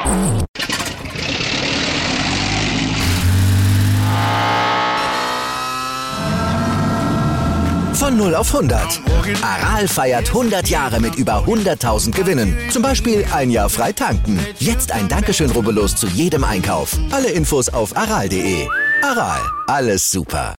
Von 0 auf 100. Aral feiert 100 Jahre mit über 100.000 Gewinnen. Zum Beispiel ein Jahr frei tanken. Jetzt ein Dankeschön, rubbellos zu jedem Einkauf. Alle Infos auf aral.de. Aral, alles super.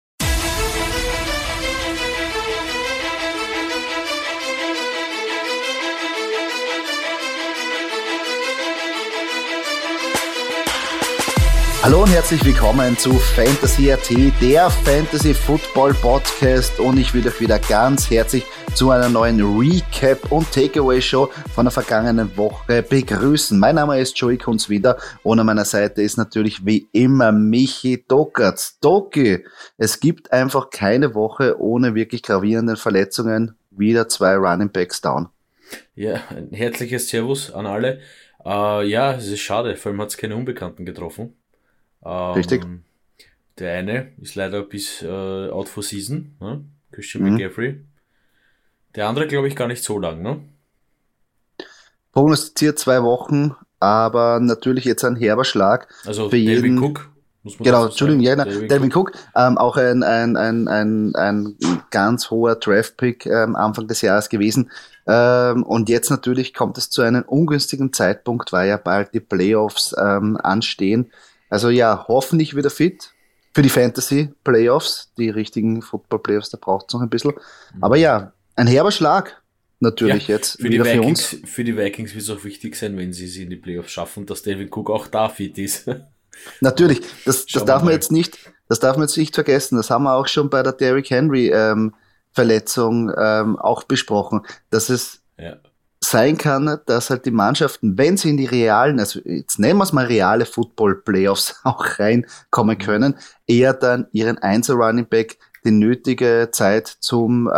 Hallo und herzlich willkommen zu Fantasy.at, der Fantasy Football Podcast, und ich will euch wieder ganz herzlich zu einer neuen Recap- und Takeaway-Show von der vergangenen Woche begrüßen. Mein Name ist Joey Kunz wieder und an meiner Seite ist natürlich wie immer Michi Dockertz. Doki, es gibt einfach keine Woche ohne wirklich gravierenden Verletzungen, wieder 2 Running Backs down. Ja, ein herzliches Servus an alle. Ja, es ist schade, vor allem hat es keine Unbekannten getroffen. Richtig. Der eine ist leider bis out for season, ne? Christian McCaffrey. Der andere glaube ich gar nicht so lang, ne? Prognostiziert 2 Wochen, aber natürlich jetzt ein herber Schlag. Also für Dalvin jeden. Cook, muss man Genau, dazu sagen. Entschuldigung, ja, Dalvin Cook, auch ein ganz hoher Draft-Pick Anfang des Jahres gewesen. Und jetzt natürlich kommt es zu einem ungünstigen Zeitpunkt, weil ja bald die Playoffs anstehen. Also ja, hoffentlich wieder fit für die Fantasy-Playoffs, die richtigen Football-Playoffs, da braucht es noch ein bisschen. Aber ja, ein herber Schlag natürlich Ja, jetzt für wieder die für Vikings, uns. für die Vikings wird es auch wichtig sein, wenn sie es in die Playoffs schaffen, dass Dalvin Cook auch da fit ist. Natürlich, das Schauen darf wir man mal. jetzt nicht, das darf man jetzt nicht vergessen. Das haben wir auch schon bei der Derrick Henry Verletzung auch besprochen, dass es Ja. sein kann, dass halt die Mannschaften, wenn sie in die realen, also jetzt nennen wir es mal reale Football-Playoffs auch reinkommen können, eher dann ihren Einzel-Running-Back die nötige Zeit zum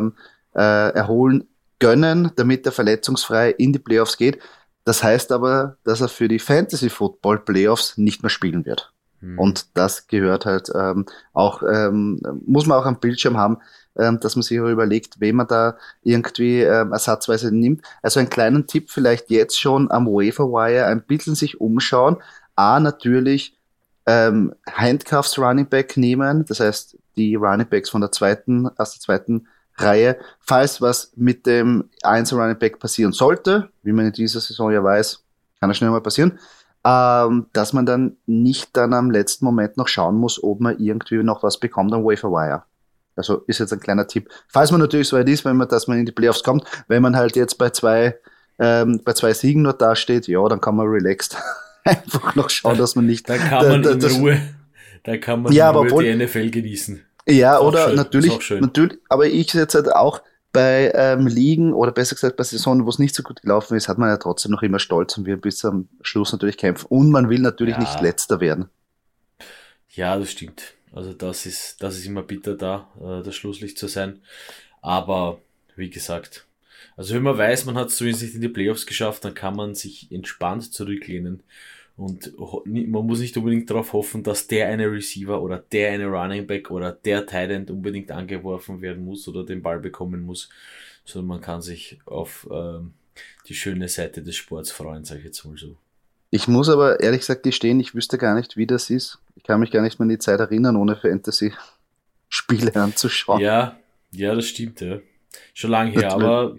Erholen gönnen, damit er verletzungsfrei in die Playoffs geht. Das heißt aber, dass er für die Fantasy-Football-Playoffs nicht mehr spielen wird. Und das gehört halt auch, muss man auch am Bildschirm haben, dass man sich auch überlegt, wen man da irgendwie ersatzweise nimmt. Also einen kleinen Tipp vielleicht jetzt schon am Waiver-Wire ein bisschen sich umschauen. Natürlich Handcuffs Running Back nehmen, das heißt die Running Backs aus der zweiten Reihe, falls was mit dem Einzel Running Back passieren sollte, wie man in dieser Saison ja weiß, kann das schnell mal passieren, dass man dann nicht dann am letzten Moment noch schauen muss, ob man irgendwie noch was bekommt am Waiver-Wire. Also ist jetzt ein kleiner Tipp. Falls man natürlich so weit ist, dass man in die Playoffs kommt, wenn man halt jetzt bei zwei Siegen nur dasteht, ja, dann kann man relaxed einfach noch schauen, dass man nicht... Da kann man in Ruhe Ja, aber obwohl- die NFL genießen. Ja, Ist auch oder schön, ist natürlich, auch schön. aber ich jetzt halt auch bei Ligen oder besser gesagt bei Saisonen, wo es nicht so gut gelaufen ist, hat man ja trotzdem noch immer Stolz und will bis zum Schluss natürlich kämpfen. Und man will natürlich Ja. nicht Letzter werden. Ja, das stimmt. Also das ist immer bitter da, das Schlusslicht zu sein. Aber wie gesagt, also wenn man weiß, man hat es zumindest nicht in die Playoffs geschafft, dann kann man sich entspannt zurücklehnen. Und man muss nicht unbedingt darauf hoffen, dass der eine Receiver oder der eine Running Back oder der Tight End unbedingt angeworfen werden muss oder den Ball bekommen muss, sondern man kann sich auf die schöne Seite des Sports freuen, sage ich jetzt mal so. Ich muss aber ehrlich gesagt gestehen, ich wüsste gar nicht, wie das ist. Ich kann mich gar nicht mehr an die Zeit erinnern, ohne Fantasy-Spiele anzuschauen. Ja, das stimmt, ja. Schon lange her, Natürlich. aber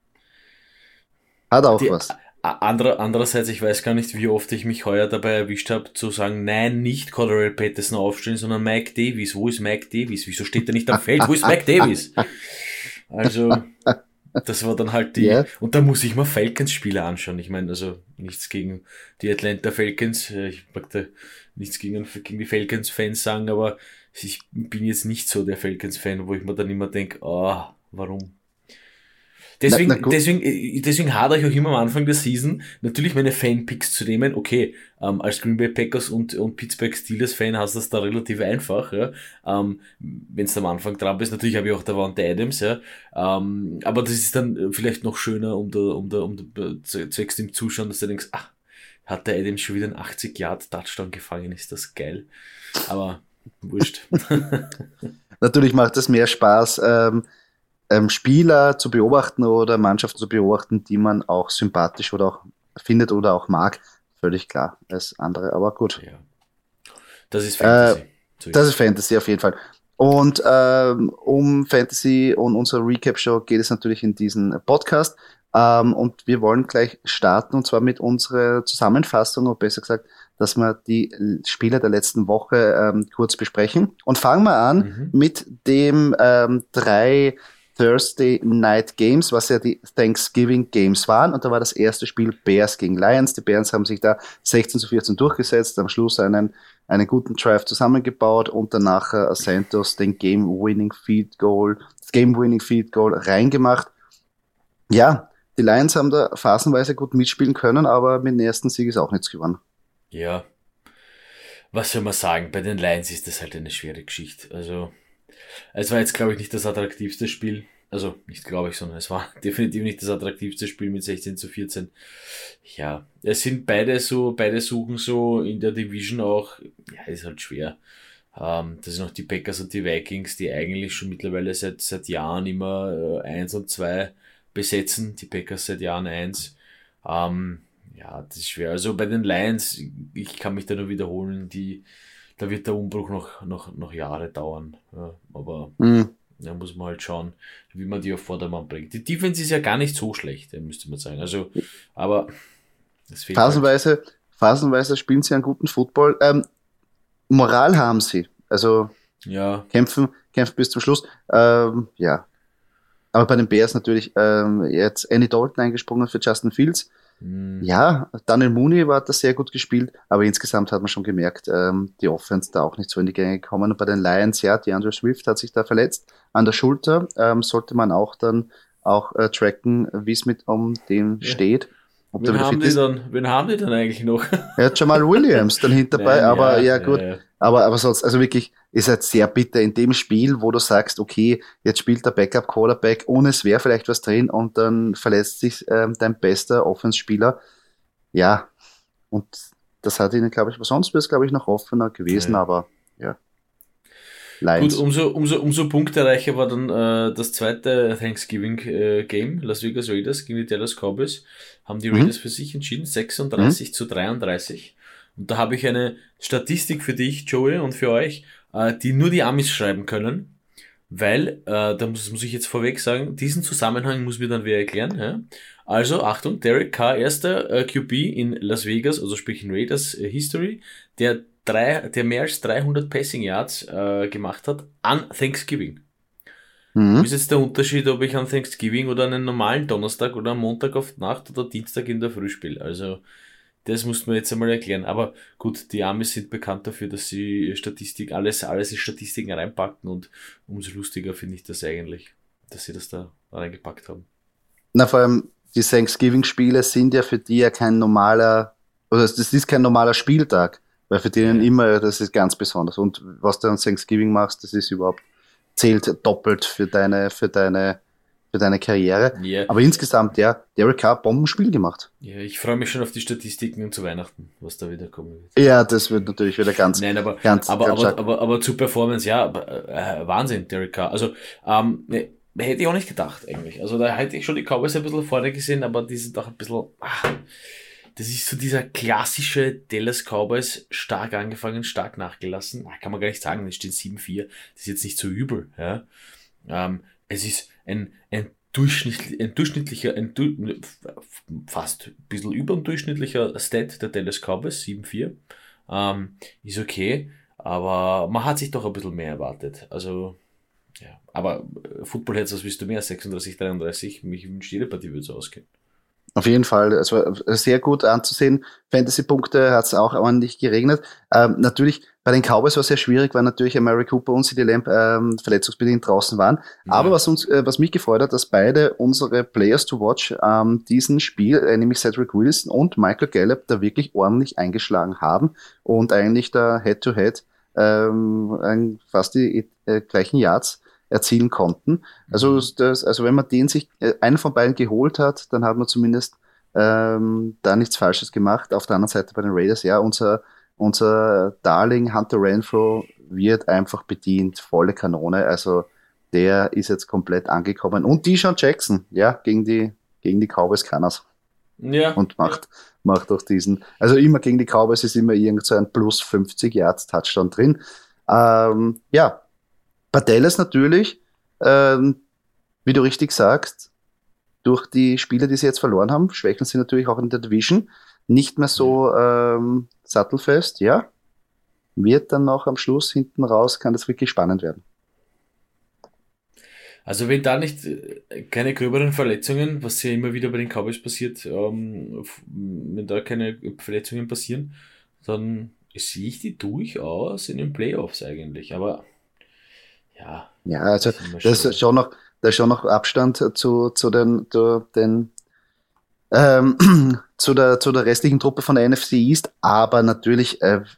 Hat auch was. andererseits, ich weiß gar nicht, wie oft ich mich heuer dabei erwischt habe, zu sagen, nein, nicht Cordarrelle Patterson aufstellen, sondern Mike Davis. Wo ist Mike Davis? Wieso steht er nicht am Feld? Wo ist Mike Davis? Also, das war dann halt die... Ja. Und da muss ich mal Falcons-Spiele anschauen. Ich meine, also nichts gegen die Atlanta Falcons. Ich mag da nichts gegen die Falcons-Fans sagen, aber ich bin jetzt nicht so der Falcons-Fan, wo ich mir dann immer denke, warum? Na gut. Deswegen hadere ich auch immer am Anfang der Season, natürlich meine Fan-Picks zu nehmen. Okay, als Green Bay Packers und Pittsburgh Steelers-Fan hast du das da relativ einfach, ja. Wenn du am Anfang dran bist, natürlich habe ich auch Davante Adams, ja. Aber das ist dann vielleicht noch schöner, zwecks dem Zuschauen, dass du denkst, hat der Adams schon wieder einen 80-Yard-Touchdown gefangen, ist das geil. Aber wurscht. Natürlich macht es mehr Spaß, Spieler zu beobachten oder Mannschaften zu beobachten, die man auch sympathisch oder auch findet oder auch mag, völlig klar als andere, aber gut. Ja. Das ist Fantasy. Das ist Fantasy auf jeden Fall. Und um Fantasy und unsere Recap-Show geht es natürlich in diesen Podcast. Und wir wollen gleich starten, und zwar mit unserer Zusammenfassung, oder besser gesagt, dass wir die Spiele der letzten Woche kurz besprechen. Und fangen wir an mit dem 3 Thursday Night Games, was ja die Thanksgiving Games waren. Und da war das erste Spiel Bears gegen Lions. Die Bears haben sich da 16-14 durchgesetzt, am Schluss einen guten Drive zusammengebaut und danach Santos das Game-Winning Field Goal reingemacht. Ja, die Lions haben da phasenweise gut mitspielen können, aber mit dem ersten Sieg ist auch nichts gewonnen. Ja, was soll man sagen? Bei den Lions ist das halt eine schwere Geschichte. Also, es war jetzt, glaube ich, nicht das attraktivste Spiel. Also, nicht glaube ich, sondern es war definitiv nicht das attraktivste Spiel mit 16-14. Ja, es sind beide suchen so in der Division auch, ja, ist halt schwer. Das sind noch die Packers und die Vikings, die eigentlich schon mittlerweile seit Jahren immer 1 und 2 besetzen. Die Packers seit Jahren 1. Ja, das ist schwer. Also bei den Lions, ich kann mich da nur wiederholen, da wird der Umbruch noch Jahre dauern. Ja, aber da muss man halt schauen, wie man die auf Vordermann bringt. Die Defense ist ja gar nicht so schlecht, müsste man sagen. Also, aber es fehlt phasenweise spielen sie einen guten Football. Moral haben sie. Also ja. kämpfen bis zum Schluss. Ja. Aber bei den Bears natürlich jetzt Andy Dalton eingesprungen für Justin Fields. Ja, Daniel Mooney hat das sehr gut gespielt, aber insgesamt hat man schon gemerkt, die Offense da auch nicht so in die Gänge gekommen. Und bei den Lions, ja, DeAndre Swift hat sich da verletzt an der Schulter. Sollte man auch dann tracken, wie es mit dem steht. Wen haben die dann eigentlich noch? Ja, Jamal Williams dann hinterbei, Nein, aber ja, gut. Ja. Aber sonst, also wirklich, ist halt sehr bitter in dem Spiel, wo du sagst, okay, jetzt spielt der Backup-Quarterback und es wäre vielleicht was drin und dann verletzt sich dein bester Offense-Spieler. Ja, und das hat ihnen, glaube ich, sonst wäre es, glaube ich, noch offener gewesen, aber ja. Lions. Gut, umso punktereicher war dann das zweite Thanksgiving Game, Las Vegas Raiders gegen die Dallas Cowboys. Haben die Raiders für sich entschieden, 36-33. Und da habe ich eine Statistik für dich, Joey, und für euch, die nur die Amis schreiben können, weil, da muss ich jetzt vorweg sagen, diesen Zusammenhang muss mir dann wer erklären. Ja? Also, Achtung, Derek Carr, erster QB in Las Vegas, also sprich in Raiders History, der mehr als 300 Passing Yards gemacht hat an Thanksgiving. Ist jetzt der Unterschied, ob ich an Thanksgiving oder einen normalen Donnerstag oder am Montag auf Nacht oder Dienstag in der Früh spiele. Also, das muss man jetzt einmal erklären. Aber gut, die Amis sind bekannt dafür, dass sie alles in Statistiken reinpacken, und umso lustiger finde ich das eigentlich, dass sie das da reingepackt haben. Na, vor allem, die Thanksgiving-Spiele sind ja für die ja kein normaler Spieltag, weil für denen immer, das ist ganz besonders. Und was du an Thanksgiving machst, das ist zählt doppelt für deine Karriere. Yeah. Aber insgesamt, ja, Derek Carr, Bombenspiel gemacht. Ja, ich freue mich schon auf die Statistiken zu Weihnachten, was da wieder kommen wird. Ja, das wird natürlich wieder ganz. Nein, aber zu Performance, ja, Wahnsinn, Derek Carr. Also, hätte ich auch nicht gedacht, eigentlich. Also, da hätte ich schon die Cowboys ein bisschen vorne gesehen, aber die sind doch ein bisschen, das ist so dieser klassische Dallas Cowboys, stark angefangen, stark nachgelassen. Kann man gar nicht sagen, es steht 7-4. Das ist jetzt nicht so übel, ja. Es ist ein fast ein bisschen über ein durchschnittlicher Stat der Dallas Cowboys, 7-4. Ist okay, aber man hat sich doch ein bisschen mehr erwartet. Also, ja. Aber Football-Herz, was willst du mehr? 36-33? Mich wünscht, jede Partie würde so ausgehen. Auf jeden Fall, es war sehr gut anzusehen. Fantasy-Punkte hat es auch ordentlich geregnet. Natürlich, bei den Cowboys war es sehr schwierig, weil natürlich Amari Cooper und CeeDee Lamb verletzungsbedingt draußen waren. Ja. Aber was mich gefreut hat, dass beide unsere Players to Watch diesen Spiel, nämlich Cedric Wilson und Michael Gallup, da wirklich ordentlich eingeschlagen haben und eigentlich da Head-to-Head fast die gleichen Yards erzielen konnten. Also wenn man einen von beiden geholt hat, dann hat man zumindest da nichts Falsches gemacht. Auf der anderen Seite bei den Raiders, ja, unser Darling Hunter Renfrow wird einfach bedient, volle Kanone. Also der ist jetzt komplett angekommen. Und Deshaun Jackson, ja, gegen die Cowboys kann er's. Ja. und macht auch diesen, also immer gegen die Cowboys ist immer irgend so ein plus 50 Yards Touchdown drin. Ja, bei Dallas natürlich, ähm, wie du richtig sagst, durch die Spiele, die sie jetzt verloren haben, schwächeln sie natürlich auch in der Division. Nicht mehr so sattelfest, ja. Wird dann noch am Schluss hinten raus, kann das wirklich spannend werden. Also wenn da nicht keine gröberen Verletzungen, was ja immer wieder bei den Cowboys passiert, wenn da keine Verletzungen passieren, dann sehe ich die durchaus in den Playoffs eigentlich. Aber ja, Ja, also ist immer das ist schwer. schon noch, da ist schon noch Abstand zu den zu der restlichen Truppe von der NFC East, aber natürlich,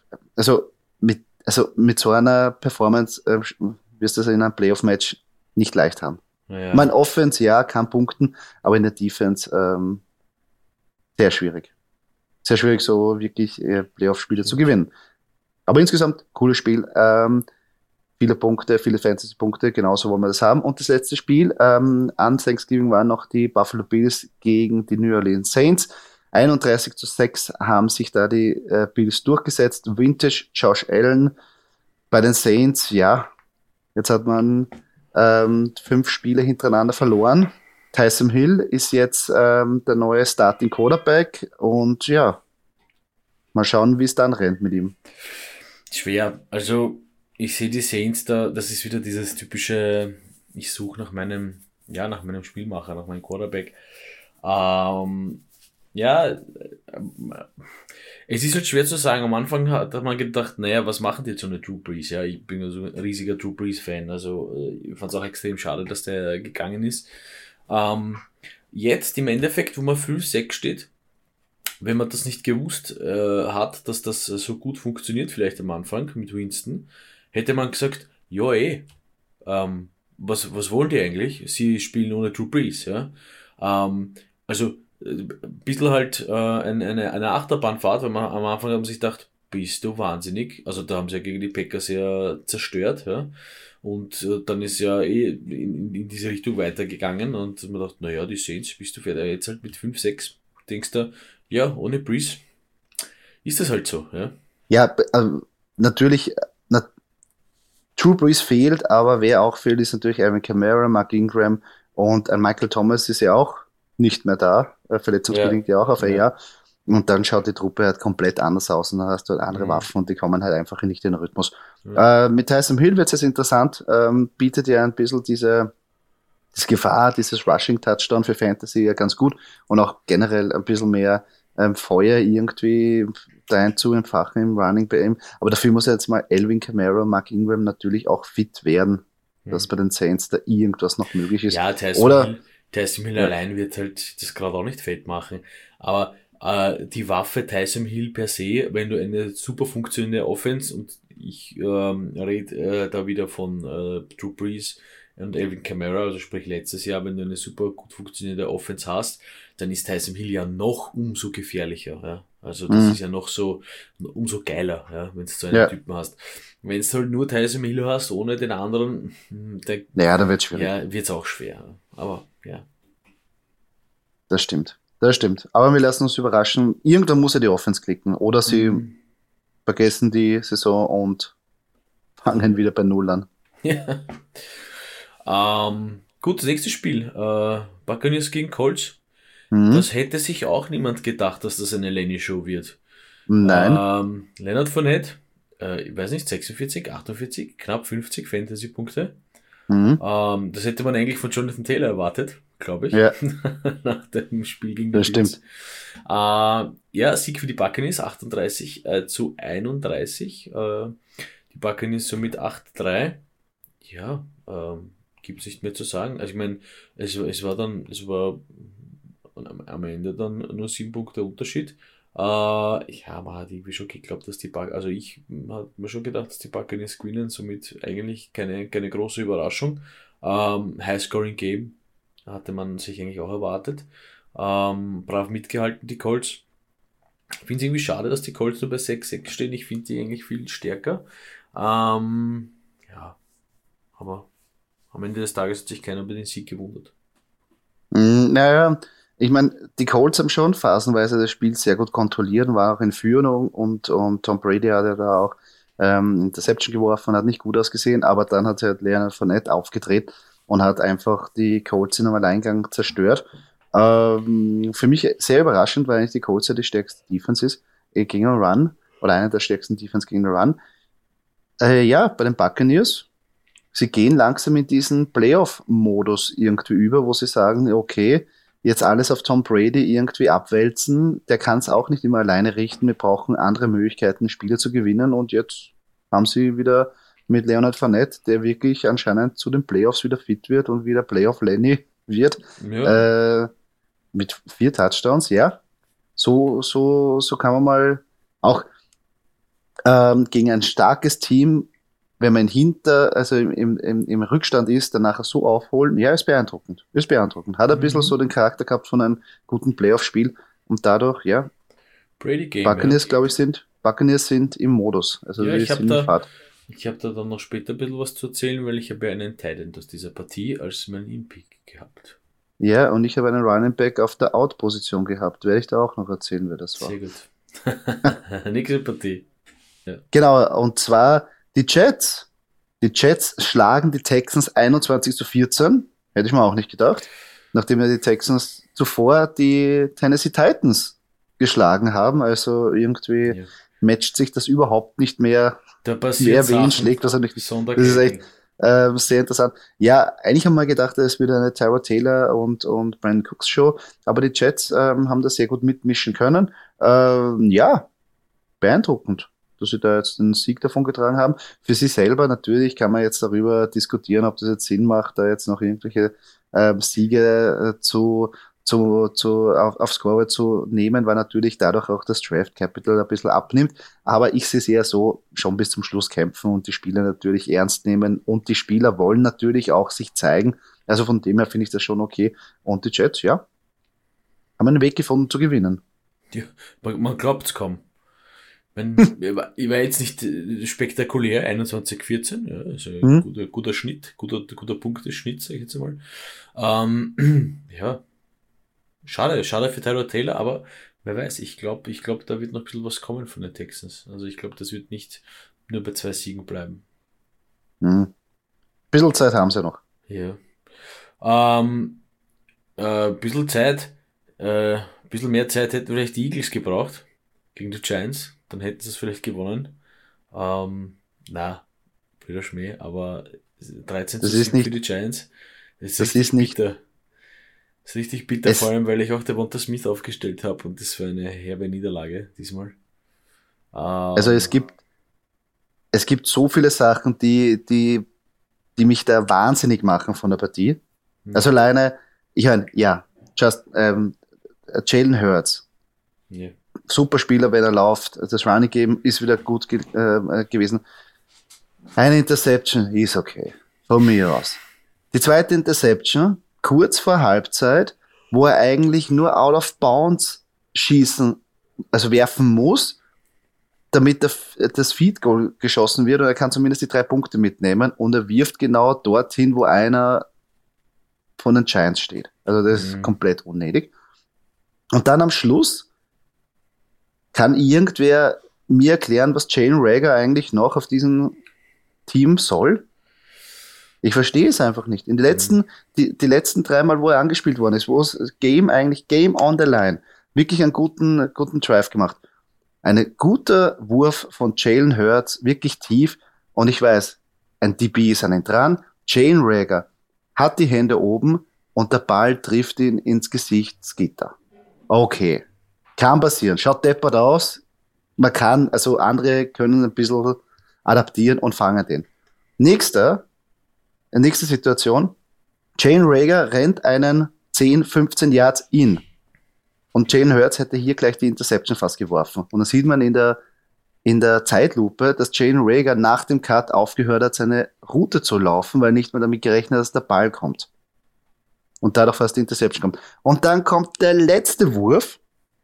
mit so einer Performance wirst du das in einem Playoff-Match nicht leicht haben. Mein Naja, Offense, ja, kann punkten, aber in der Defense sehr schwierig. Sehr schwierig, so wirklich Playoff-Spiele zu stimmt. gewinnen. Aber insgesamt, cooles Spiel. Viele Punkte, viele Fantasy-Punkte, genauso wollen wir das haben. Und das letzte Spiel an Thanksgiving waren noch die Buffalo Bills gegen die New Orleans Saints. 31:6 haben sich da die Bills durchgesetzt. Vintage Josh Allen bei den Saints, ja, jetzt hat man 5 Spiele hintereinander verloren. Taysom Hill ist jetzt der neue Starting Quarterback und ja, mal schauen, wie es dann rennt mit ihm. Schwer. Also ich sehe die Saints da, das ist wieder dieses typische, ich suche nach meinem Spielmacher, nach meinem Quarterback. Ähm, ja, es ist halt schwer zu sagen. Am Anfang hat man gedacht, naja, was machen die jetzt so eine Drew Brees? Ja, ich bin ja so ein riesiger Drew Brees-Fan. Also ich fand es auch extrem schade, dass der gegangen ist. Ähm, Jetzt im Endeffekt, wo man 5-6 steht, wenn man das nicht gewusst hat, dass das so gut funktioniert, vielleicht am Anfang mit Winston, hätte man gesagt, ja was wollen die eigentlich? Sie spielen ohne Drew Brees, ja. Also ein bisschen halt eine Achterbahnfahrt, weil man am Anfang haben sie sich gedacht, bist du wahnsinnig? Also da haben sie ja gegen die Packers ja zerstört, ja. Und dann ist ja in diese Richtung weitergegangen und man dachte, naja, die Saints, bist du fertig, jetzt halt mit 5-6 denkst du, ja, ohne Breeze ist das halt so, ja. Ja, natürlich, Drew Brees fehlt, aber wer auch fehlt, ist natürlich Alvin Kamara, Mark Ingram und ein Michael Thomas ist ja auch nicht mehr da, Ja, verletzungsbedingt ja auch auf ja. AR. Und dann schaut die Truppe halt komplett anders aus und dann hast du halt andere Mhm. Waffen und die kommen halt einfach nicht in den Rhythmus. Ja. Mit Tyson Hill wird es jetzt interessant, bietet ja ein bisschen diese Gefahr, dieses Rushing Touchdown für Fantasy ja ganz gut und auch generell ein bisschen mehr Feuer irgendwie da zu entfachen im Running bei ihm. Aber dafür muss jetzt mal Alvin Kamara, Mark Ingram natürlich auch fit werden, dass Mhm. bei den Saints da irgendwas noch möglich ist. Ja, Oder, Tyson Hill ja, allein wird halt das gerade auch nicht fett machen. Aber die Waffe Tyson Hill per se, wenn du eine super funktionierende Offense und ich rede da wieder von Drew Brees und Alvin Kamara, also sprich letztes Jahr, wenn du eine super gut funktionierende Offense hast, dann ist Tyson Hill ja noch umso gefährlicher. Ja? Also das ist mh, ja noch so umso geiler, ja, wenn du so einen ja, Typen hast. Wenn du halt nur Tyson Hill hast, ohne den anderen, dann naja, da wird es schwierig. ja, wird's auch schwer. Aber ja. Das stimmt. Das stimmt. Aber wir lassen uns überraschen. Irgendwann muss ja die Offense klicken. Oder sie Mhm. vergessen die Saison und fangen wieder bei Null an. Ja. Gut, das nächste Spiel. Buccaneers gegen Colts. Mhm. Das hätte sich auch niemand gedacht, dass das eine Lenny-Show wird. Nein. Leonard Fournette, ich weiß nicht, 46, 48, knapp 50 Fantasy-Punkte. Mhm. Das hätte man eigentlich von Jonathan Taylor erwartet, glaube ich, Ja, nach dem Spiel gegen die das Bills. stimmt. Ja, Sieg für die Buccaneers, 38-31. Die Buccaneers somit 8-3. Ja, gibt's nicht mehr zu sagen. Also ich meine, es war am Ende dann nur 7 Punkte Unterschied. Ja, man hat irgendwie schon geglaubt, dass also ich habe mir schon gedacht, dass die Buccaneers gewinnen, somit eigentlich keine große Überraschung. High-Scoring-Game hatte man sich eigentlich auch erwartet. Brav mitgehalten, die Colts. Ich finde es irgendwie schade, dass die Colts nur bei 6-6 stehen. Ich finde die eigentlich viel stärker. Ja, aber am Ende des Tages hat sich keiner über den Sieg gewundert. Naja, ich meine, die Colts haben schon phasenweise das Spiel sehr gut kontrolliert, waren auch in Führung und Tom Brady hat ja da auch Interception geworfen, hat nicht gut ausgesehen, aber dann hat halt Leonard Fournette aufgedreht und hat einfach die Colts in einem Alleingang zerstört. Für mich sehr überraschend, weil eigentlich die Colts ja die stärkste Defense ist gegen den Run oder eine der stärksten Defense gegen den Run. Ja, bei den Buccaneers, sie gehen langsam in diesen Playoff-Modus irgendwie über, wo sie sagen, okay, jetzt alles auf Tom Brady irgendwie abwälzen, der kann es auch nicht immer alleine richten, wir brauchen andere Möglichkeiten, Spiele zu gewinnen und jetzt haben sie wieder mit Leonard Fournette, der wirklich anscheinend zu den Playoffs wieder fit wird und wieder Playoff-Lenny wird, mit 4 Touchdowns, ja, so kann man mal auch gegen ein starkes Team, wenn man also im Rückstand ist, dann nachher so aufholen, ja, ist beeindruckend. Hat ein bisschen so den Charakter gehabt von einem guten Playoff-Spiel und dadurch, ja, Brady Game, Buccaneers, glaube ich, Buccaneers sind im Modus. Also ja, ich habe da dann noch später ein bisschen was zu erzählen, weil ich habe ja einen Tight End aus dieser Partie als mein In-Pick gehabt. Ja, und ich habe einen Running Back auf der Out-Position gehabt. Werde ich da auch noch erzählen, wer das war. Sehr gut. Nächste Partie. Ja. Genau, und zwar die Jets. Die Jets schlagen die Texans 21-14. Hätte ich mir auch nicht gedacht. Nachdem ja die Texans zuvor die Tennessee Titans geschlagen haben. Also irgendwie matcht sich das überhaupt nicht mehr. Da passiert wen schlägt, was er nicht. Das ist echt sehr interessant. Ja, eigentlich haben wir gedacht, es wird eine Tyrod Taylor und Brandon Cooks Show. Aber die Jets haben das sehr gut mitmischen können. Ja, beeindruckend, dass sie da jetzt den Sieg davon getragen haben. Für sie selber natürlich kann man jetzt darüber diskutieren, ob das jetzt Sinn macht, da jetzt noch irgendwelche Siege aufs Scoreboard zu nehmen, weil natürlich dadurch auch das Draft Capital ein bisschen abnimmt. Aber ich sehe es eher so, schon bis zum Schluss kämpfen und die Spieler natürlich ernst nehmen und die Spieler wollen natürlich auch sich zeigen. Also von dem her finde ich das schon okay. Und die Jets, ja, haben einen Weg gefunden zu gewinnen. Ja, man glaubt es kaum. Ich war jetzt nicht spektakulär, 21-14, ja, also guter Schnitt, guter Punkteschnitt, sag ich jetzt einmal. Ja, schade für Tyrod Taylor, aber wer weiß, ich glaube, da wird noch ein bisschen was kommen von den Texans. Also ich glaube, das wird nicht nur bei 2 Siegen bleiben. Bisschen Zeit haben sie noch. Ja. Bisschen mehr Zeit hätten vielleicht die Eagles gebraucht gegen die Giants. Dann hätten sie es vielleicht gewonnen. Blöder Schmäh, aber 13 zu 7 für die Giants. Das ist nicht bitter. Das ist richtig bitter, vor allem, weil ich auch Devonta Smith aufgestellt habe und das war eine herbe Niederlage diesmal. Also es gibt so viele Sachen, die mich da wahnsinnig machen von der Partie. Also alleine, ich meine, ja, Jalen Hurts. Yeah. Super Spieler, wenn er läuft. Das Running Game ist wieder gut gewesen. Eine Interception ist okay. Von mir aus. Die zweite Interception, kurz vor Halbzeit, wo er eigentlich nur out of bounds werfen muss, damit das Field Goal geschossen wird und er kann zumindest die 3 Punkte mitnehmen und er wirft genau dorthin, wo einer von den Giants steht. Also das ist komplett unnötig. Und dann am Schluss kann irgendwer mir erklären, was Jalen Reagor eigentlich noch auf diesem Team soll? Ich verstehe es einfach nicht. In die letzten 3 Mal, wo er angespielt worden ist, wo es Game on the line, wirklich einen guten Drive gemacht. Ein guter Wurf von Jalen Hurts, wirklich tief. Und ich weiß, ein DB ist an ihn dran. Jalen Reagor hat die Hände oben und der Ball trifft ihn ins Gesicht, das Gitter. Okay. Kann passieren. Schaut deppert aus. Andere können ein bisschen adaptieren und fangen den. Nächste Situation. Jalen Reagor rennt einen 10, 15 Yards in. Und Jalen Hurts hätte hier gleich die Interception fast geworfen. Und dann sieht man in der Zeitlupe, dass Jalen Reagor nach dem Cut aufgehört hat, seine Route zu laufen, weil nicht mehr damit gerechnet hat, dass der Ball kommt. Und dadurch fast die Interception kommt. Und dann kommt der letzte Wurf.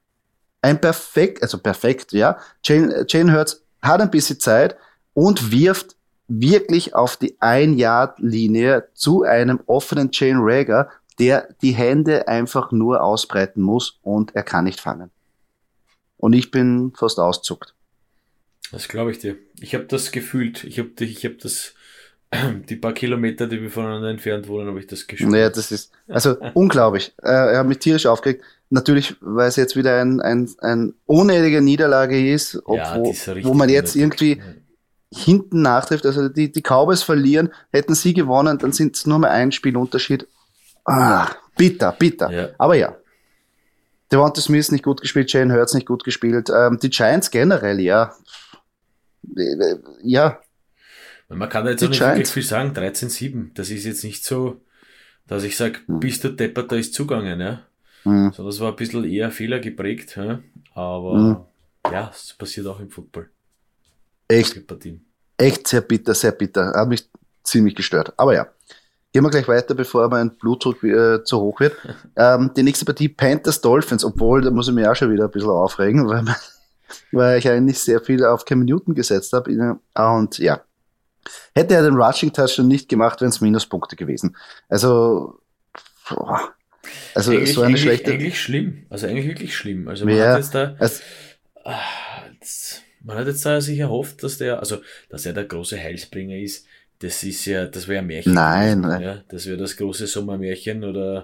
Perfekt, ja. Jalen Hurts hat ein bisschen Zeit und wirft wirklich auf die 1-Yard-Linie zu einem offenen Jalen Reagor, der die Hände einfach nur ausbreiten muss und er kann nicht fangen. Und ich bin fast auszuckt. Das glaube ich dir. Ich habe das gefühlt. Ich habe das, die paar Kilometer, die wir voneinander entfernt wohnen, habe ich das gespürt. Naja, das ist, also unglaublich. Er hat mich tierisch aufgeregt. Natürlich, weil es jetzt wieder ein unnötige Niederlage ist, wo man jetzt irgendwie hinten nachtrifft. Also die Cowboys verlieren, hätten sie gewonnen, dann sind es nur mehr ein Spielunterschied. Bitter. Ja. Aber ja. Devonta Smith nicht gut gespielt, Jalen Hurts nicht gut gespielt. Die Giants generell, ja. Ja. Man kann da jetzt auch nicht wirklich viel sagen. 13-7. Das ist jetzt nicht so, dass ich sage, bist du deppert, da ist zugangen, ja. Sondern das war ein bisschen eher Fehler geprägt, ja. Aber ja, es passiert auch im Football. Echt sehr bitter, sehr bitter. Hat mich ziemlich gestört. Aber ja. Gehen wir gleich weiter, bevor mein Blutdruck zu hoch wird. Die nächste Partie Panthers-Dolphins, obwohl, da muss ich mich auch schon wieder ein bisschen aufregen, weil ich eigentlich sehr viel auf Cam Newton gesetzt habe. Und ja, hätte er den Rushing-Touchdown nicht gemacht, wären es Minuspunkte gewesen. Also es war eine schlechte... Eigentlich schlimm. Also eigentlich wirklich schlimm. Also man hat jetzt da sich erhofft, dass er der große Heilsbringer ist. Das wäre ein Märchen. Nein. Ja, das wäre das große Sommermärchen oder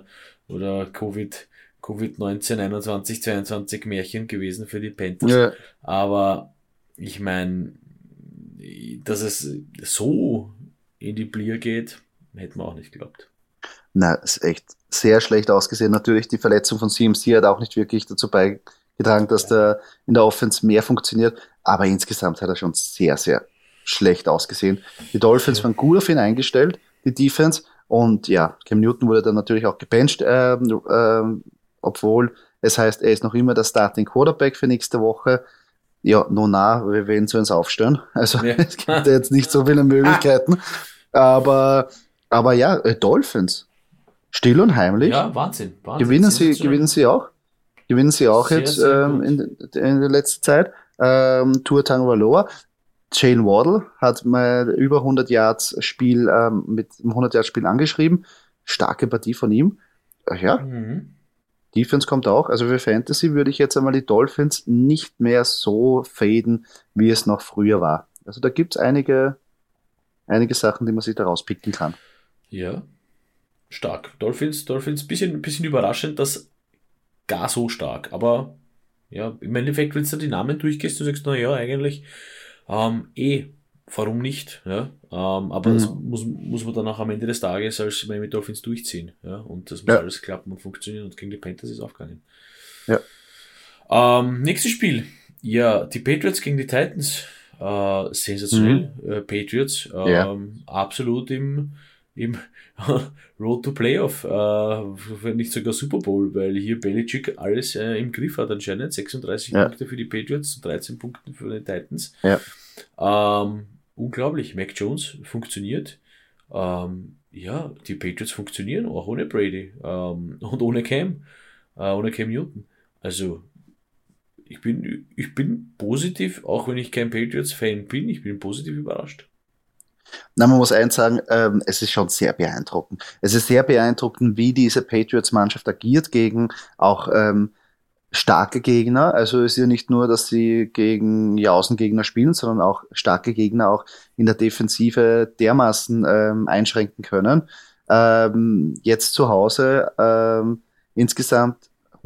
Covid-19, 21, 22 Märchen gewesen für die Panthers. Ja. Aber ich meine, dass es so in die Blier geht, hätten wir auch nicht geglaubt. Na, ist echt sehr schlecht ausgesehen. Natürlich, die Verletzung von CMC hat auch nicht wirklich dazu beigetragen, dass der in der Offense mehr funktioniert. Aber insgesamt hat er schon sehr, sehr schlecht ausgesehen. Die Dolphins waren gut auf ihn eingestellt, die Defense. Und ja, Cam Newton wurde dann natürlich auch gebencht, obwohl es heißt, er ist noch immer der Starting Quarterback für nächste Woche. Ja, wir werden zu uns aufstellen. Also es gibt ja jetzt nicht so viele Möglichkeiten. Aber ja, Dolphins. Still und heimlich. Ja, Wahnsinn. Gewinnen sie auch. Gewinnen sie auch sehr, jetzt sehr in der letzten Zeit. Tua Tagovailoa. Jalen Waddle hat mal über 100 Yards Spiel mit einem 100 Yards Spiel angeschrieben. Starke Partie von ihm. Ja. Defense kommt auch. Also für Fantasy würde ich jetzt einmal die Dolphins nicht mehr so faden, wie es noch früher war. Also da gibt's einige Sachen, die man sich da rauspicken kann. Ja. Stark. Dolphins, bisschen überraschend, dass gar so stark. Aber ja, im Endeffekt, wenn du die Namen durchgehst, du sagst, naja, eigentlich warum nicht? Ja? Aber das muss man dann auch am Ende des Tages als Miami Dolphins durchziehen. Ja? Und das muss alles klappen und funktionieren. Und gegen die Panthers ist aufgegangen. Ja. Nächstes Spiel. Ja, die Patriots gegen die Titans. Sensationell. Patriots. Absolut im Road to Playoff. Wenn nicht sogar Super Bowl, weil hier Belichick alles im Griff hat anscheinend. 36 Punkte für die Patriots, 13 Punkte für die Titans. Ja. Unglaublich. Mac Jones funktioniert. Die Patriots funktionieren, auch ohne Brady. Und ohne Cam Newton. Also, ich bin positiv, auch wenn ich kein Patriots-Fan bin, ich bin positiv überrascht. Na, man muss eins sagen, es ist schon sehr beeindruckend. Es ist sehr beeindruckend, wie diese Patriots-Mannschaft agiert gegen auch starke Gegner. Also es ist ja nicht nur, dass sie gegen Jausengegner spielen, sondern auch starke Gegner auch in der Defensive dermaßen einschränken können. Jetzt zu Hause insgesamt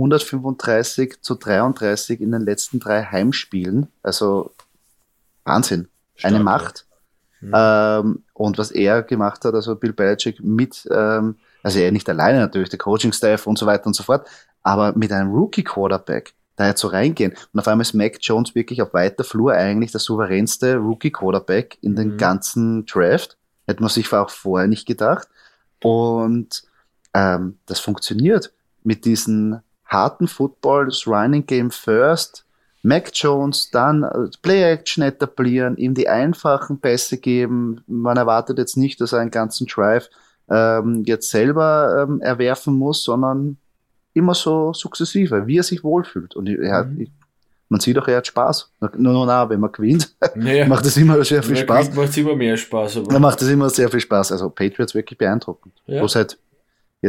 135-33 in den letzten 3 Heimspielen. Also Wahnsinn. Stark, eine Macht. Ja. Und was er gemacht hat, also Bill Belichick mit, also er nicht alleine natürlich, der Coaching-Staff und so weiter und so fort, aber mit einem Rookie-Quarterback da jetzt so reingehen. Und auf einmal ist Mac Jones wirklich auf weiter Flur eigentlich der souveränste Rookie-Quarterback in den ganzen Draft. Hätte man sich auch vorher nicht gedacht. Und das funktioniert mit diesen harten Football, das Running Game first, Mac Jones dann Play-Action etablieren, ihm die einfachen Pässe geben. Man erwartet jetzt nicht, dass er einen ganzen Drive jetzt selber erwerfen muss, sondern immer so sukzessive, wie er sich wohlfühlt. Und man sieht auch, er hat Spaß. Nur wenn man gewinnt, macht es immer sehr viel Spaß. Macht es immer mehr Spaß. Dann macht es immer sehr viel Spaß. Also Patriots wirklich beeindruckend. Ja. Bloß halt jetzt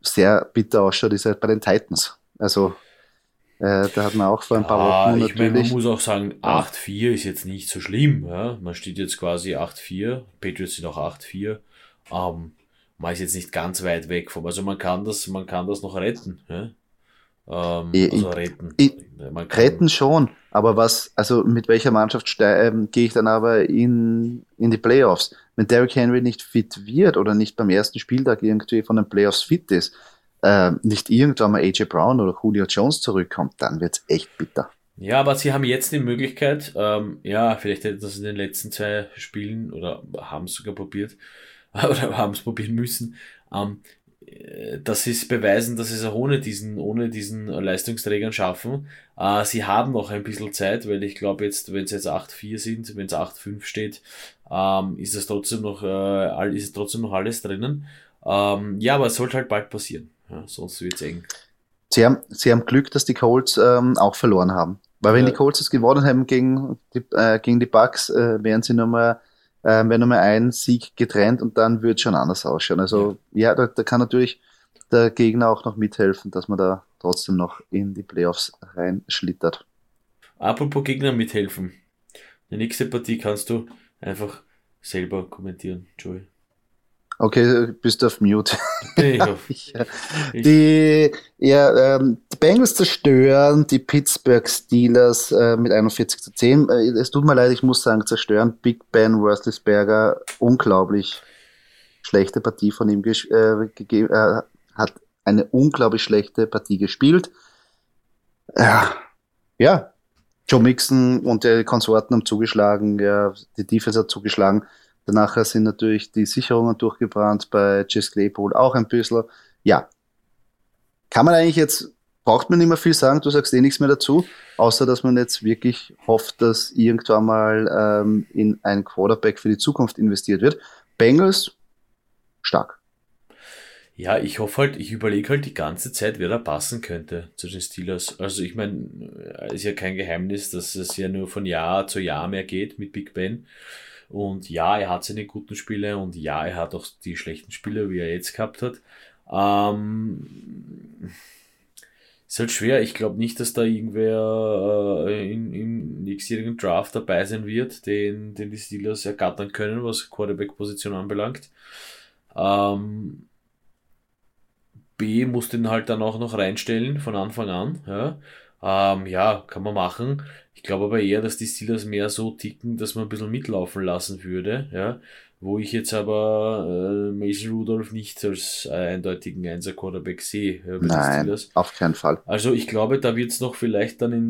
sehr bitter ausschaut, ist halt bei den Titans. Also da hat man auch vor ein paar Wochen ich meine, man natürlich. muss auch sagen, 8-4 ist jetzt nicht so schlimm. Ja? Man steht jetzt quasi 8-4, Patriots sind auch 8-4. Man ist jetzt nicht ganz weit weg vom, also man kann das noch retten. Ja? Also retten. Man kann, Retten schon, aber also mit welcher Mannschaft gehe ich dann aber in die Playoffs? Wenn Derrick Henry nicht fit wird oder nicht beim ersten Spieltag irgendwie von den Playoffs fit ist, nicht irgendwann mal AJ Brown oder Julio Jones zurückkommt, dann wird's echt bitter. ja, aber sie haben jetzt die Möglichkeit, vielleicht hätten das in den letzten 2 Spielen oder haben es sogar probiert, oder haben es probieren müssen, dass sie es beweisen, dass sie es auch ohne diesen Leistungsträgern schaffen. Sie haben noch ein bisschen Zeit, weil ich glaube jetzt, wenn es jetzt 8-4 sind, wenn es 8-5 steht, ist es trotzdem noch alles drinnen. Aber es sollte halt bald passieren. Ja, sonst wird es eng. Sie haben Glück, dass die Colts auch verloren haben. Weil wenn die Colts es gewonnen haben gegen die Bucks, wären sie wäre nochmal ein Sieg getrennt und dann würde es schon anders ausschauen. Also da kann natürlich der Gegner auch noch mithelfen, dass man da trotzdem noch in die Playoffs reinschlittert. Apropos Gegner mithelfen. Die nächste Partie kannst du einfach selber kommentieren, Joey. Okay, bist du auf Mute. Ich Die Bengals zerstören die Pittsburgh Steelers mit 41-10. Es tut mir leid, ich muss sagen, zerstören. Big Ben Roethlisberger, unglaublich schlechte Partie von ihm hat eine unglaublich schlechte Partie gespielt. Ja, Joe Mixon und die Konsorten haben zugeschlagen, ja, die Defense hat zugeschlagen. Danach sind natürlich die Sicherungen durchgebrannt, bei Chase Claypool auch ein bisschen. Ja, braucht man nicht mehr viel sagen, du sagst eh nichts mehr dazu, außer dass man jetzt wirklich hofft, dass irgendwann mal in einen Quarterback für die Zukunft investiert wird. Bengals, stark. Ja, ich überlege halt die ganze Zeit, wer da passen könnte zu den Steelers. Also ich meine, ist ja kein Geheimnis, dass es ja nur von Jahr zu Jahr mehr geht mit Big Ben. Und ja, er hat seine guten Spiele und ja, er hat auch die schlechten Spiele, wie er jetzt gehabt hat. Ist halt schwer. Ich glaube nicht, dass da irgendwer im nächstjährigen Draft dabei sein wird, den die Steelers ergattern können, was Quarterback-Position anbelangt. B muss den halt dann auch noch reinstellen von Anfang an. Ja, kann man machen. Ich glaube aber eher, dass die Steelers mehr so ticken, dass man ein bisschen mitlaufen lassen würde. Ja, wo ich jetzt aber Mason Rudolph nicht als eindeutigen Einser-Quarterback sehe bei den Nein, Steelers. auf keinen Fall. Also ich glaube, da wird es noch vielleicht dann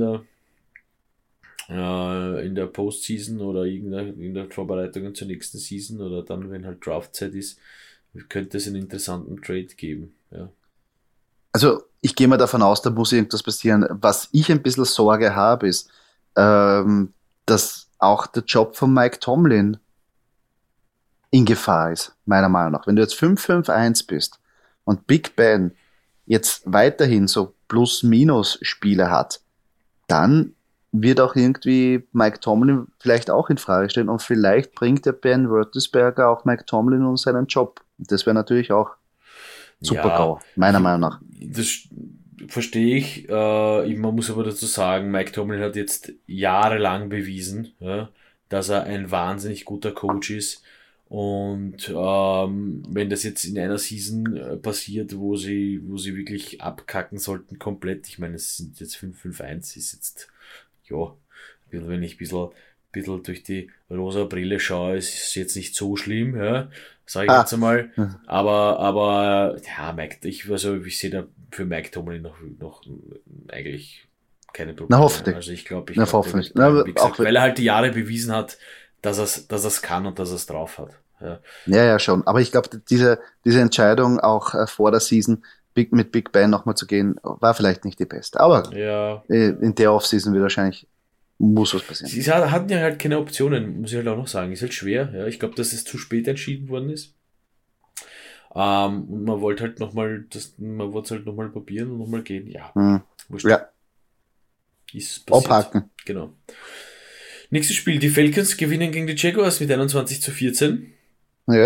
in der Postseason oder in der Vorbereitung zur nächsten Season oder dann, wenn halt Draftzeit ist, könnte es einen interessanten Trade geben. Ja. Also ich gehe mal davon aus, da muss irgendwas passieren. Was ich ein bisschen Sorge habe, ist, dass auch der Job von Mike Tomlin in Gefahr ist, meiner Meinung nach. Wenn du jetzt 5-5-1 bist und Big Ben jetzt weiterhin so Plus-Minus-Spiele hat, dann wird auch irgendwie Mike Tomlin vielleicht auch in Frage stellen und vielleicht bringt der Ben Roethlisberger auch Mike Tomlin um seinen Job. Das wäre natürlich auch super GAU, meiner Meinung nach. Das verstehe ich. Man muss aber dazu sagen, Mike Tomlin hat jetzt jahrelang bewiesen, ja, dass er ein wahnsinnig guter Coach ist. Und wenn das jetzt in einer Season passiert, wo sie wirklich abkacken sollten komplett, ich meine, es sind jetzt 5-5-1, ist jetzt, ja, wenn ich ein bisschen durch die rosa Brille schaue, ist es jetzt nicht so schlimm, ja, sage ich jetzt einmal. Aber ja, ich sehe da für Mike Tomlin noch eigentlich keine Probleme. Na, hoffentlich. Also ich glaube, hoffentlich. Weil er halt die Jahre bewiesen hat, dass er's kann und dass er es drauf hat. Ja, schon. Aber ich glaube, diese Entscheidung auch vor der Season mit Big Ben nochmal zu gehen, war vielleicht nicht die beste. Aber ja, in der Offseason wird wahrscheinlich muss was passieren. Sie hatten ja halt keine Optionen, muss ich halt auch noch sagen. Ist halt schwer. Ja. Ich glaube, dass es zu spät entschieden worden ist. Und man wollte halt nochmal probieren und nochmal gehen. Ja. Ja. Ist passiert. Abhaken. Genau. Nächstes Spiel. Die Falcons gewinnen gegen die Jaguars mit 21-14. Ja.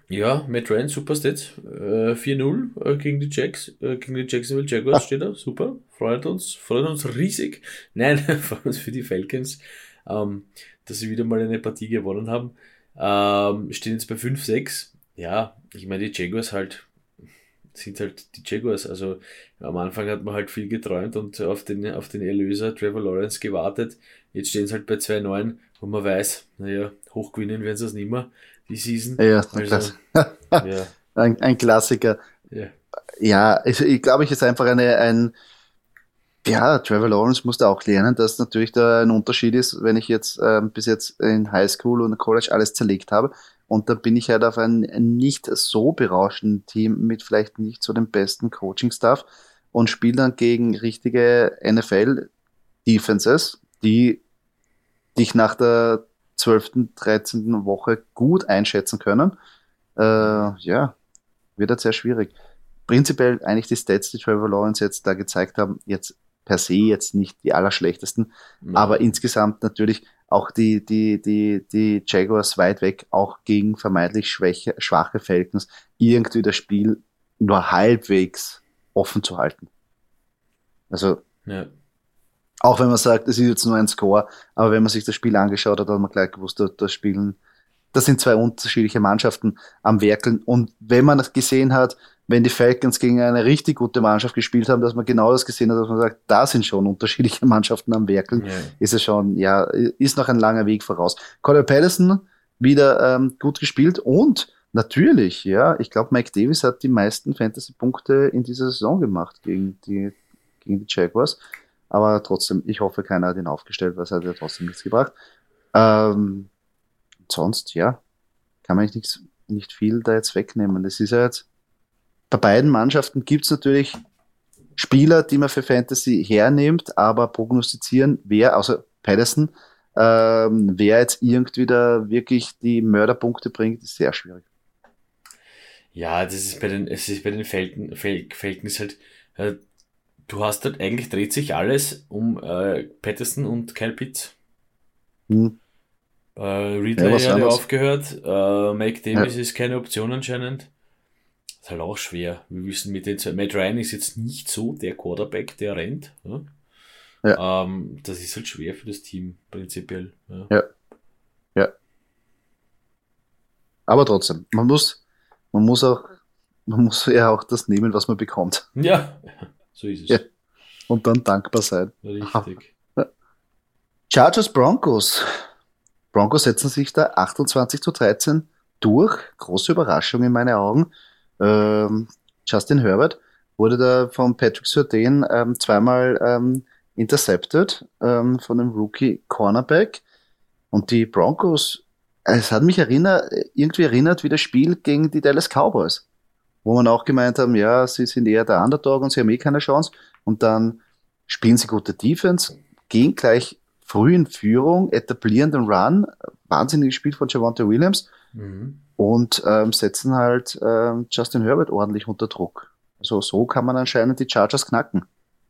Ja, Matt Ryan, super Stats. 4-0 gegen die gegen die Jacksonville Jaguars steht er. Super. Freut uns riesig. Nein, freut uns für die Falcons, dass sie wieder mal eine Partie gewonnen haben. Stehen jetzt bei 5-6. Ja, ich meine, die Jaguars sind halt die Jaguars. Also am Anfang hat man halt viel geträumt und auf den Erlöser Trevor Lawrence gewartet. Jetzt stehen sie halt bei 2-9, wo man weiß, naja, hochgewinnen werden sie es nicht mehr, die Season. Ja, Also, ja, ein Klassiker. ja. Ja, ich glaube, ich ist einfach Trevor Lawrence musste auch lernen, dass natürlich da ein Unterschied ist, wenn ich jetzt bis jetzt in Highschool und College alles zerlegt habe und da bin ich halt auf ein nicht so berauschenden Team mit vielleicht nicht so dem besten Coaching-Staff und spiele dann gegen richtige NFL-Defenses, die dich nach der 12., 13. Woche gut einschätzen können. Ja, wird halt sehr schwierig. Prinzipiell eigentlich die Stats, die Trevor Lawrence jetzt da gezeigt haben, jetzt per se jetzt nicht die allerschlechtesten, aber insgesamt natürlich auch die Jaguars weit weg, auch gegen vermeintlich schwache Falcons, irgendwie das Spiel nur halbwegs offen zu halten. Also, Ja. auch wenn man sagt, es ist jetzt nur ein Score, aber wenn man sich das Spiel angeschaut hat, hat man gleich gewusst, das sind zwei unterschiedliche Mannschaften am Werkeln. Und wenn man das gesehen hat, wenn die Falcons gegen eine richtig gute Mannschaft gespielt haben, dass man genau das gesehen hat, dass man sagt, da sind schon unterschiedliche Mannschaften am Werkeln, ist es schon, ja, ist noch ein langer Weg voraus. Cordell Patterson wieder gut gespielt und natürlich, ja, ich glaube, Mike Davis hat die meisten Fantasy-Punkte in dieser Saison gemacht gegen die Jaguars. Aber trotzdem, ich hoffe, keiner hat ihn aufgestellt, weil es hat ja trotzdem nichts gebracht. Sonst, ja, kann man nicht viel da jetzt wegnehmen. Das ist ja jetzt, bei beiden Mannschaften gibt es natürlich Spieler, die man für Fantasy hernimmt, aber prognostizieren, außer Patterson, wer jetzt irgendwie da wirklich die Mörderpunkte bringt, ist sehr schwierig. Ja, es ist bei den Falcons halt, du hast halt, eigentlich dreht sich alles um Patterson und Kyle Pitts. Ridley hat ja aufgehört, Mike Davis ist keine Option anscheinend. Ist halt auch schwer. Wir wissen mit den zwei, Matt Ryan ist jetzt nicht so der Quarterback, der rennt. Ja? Ja. Das ist halt schwer für das Team, prinzipiell. Ja. Aber trotzdem, man muss ja auch das nehmen, was man bekommt. Ja, so ist es. Ja. Und dann dankbar sein. Richtig. Chargers Broncos. Broncos setzen sich da 28-13 durch. Große Überraschung in meinen Augen. Justin Herbert wurde da von Patrick Surtain zweimal intercepted von dem Rookie Cornerback. Und die Broncos, es hat mich irgendwie erinnert wie das Spiel gegen die Dallas Cowboys, wo man auch gemeint haben, ja, sie sind eher der Underdog und sie haben keine Chance. Und dann spielen sie gute Defense, gehen gleich früh in Führung, etablieren den Run, wahnsinniges Spiel von Javonte Williams und setzen halt Justin Herbert ordentlich unter Druck. Also so kann man anscheinend die Chargers knacken.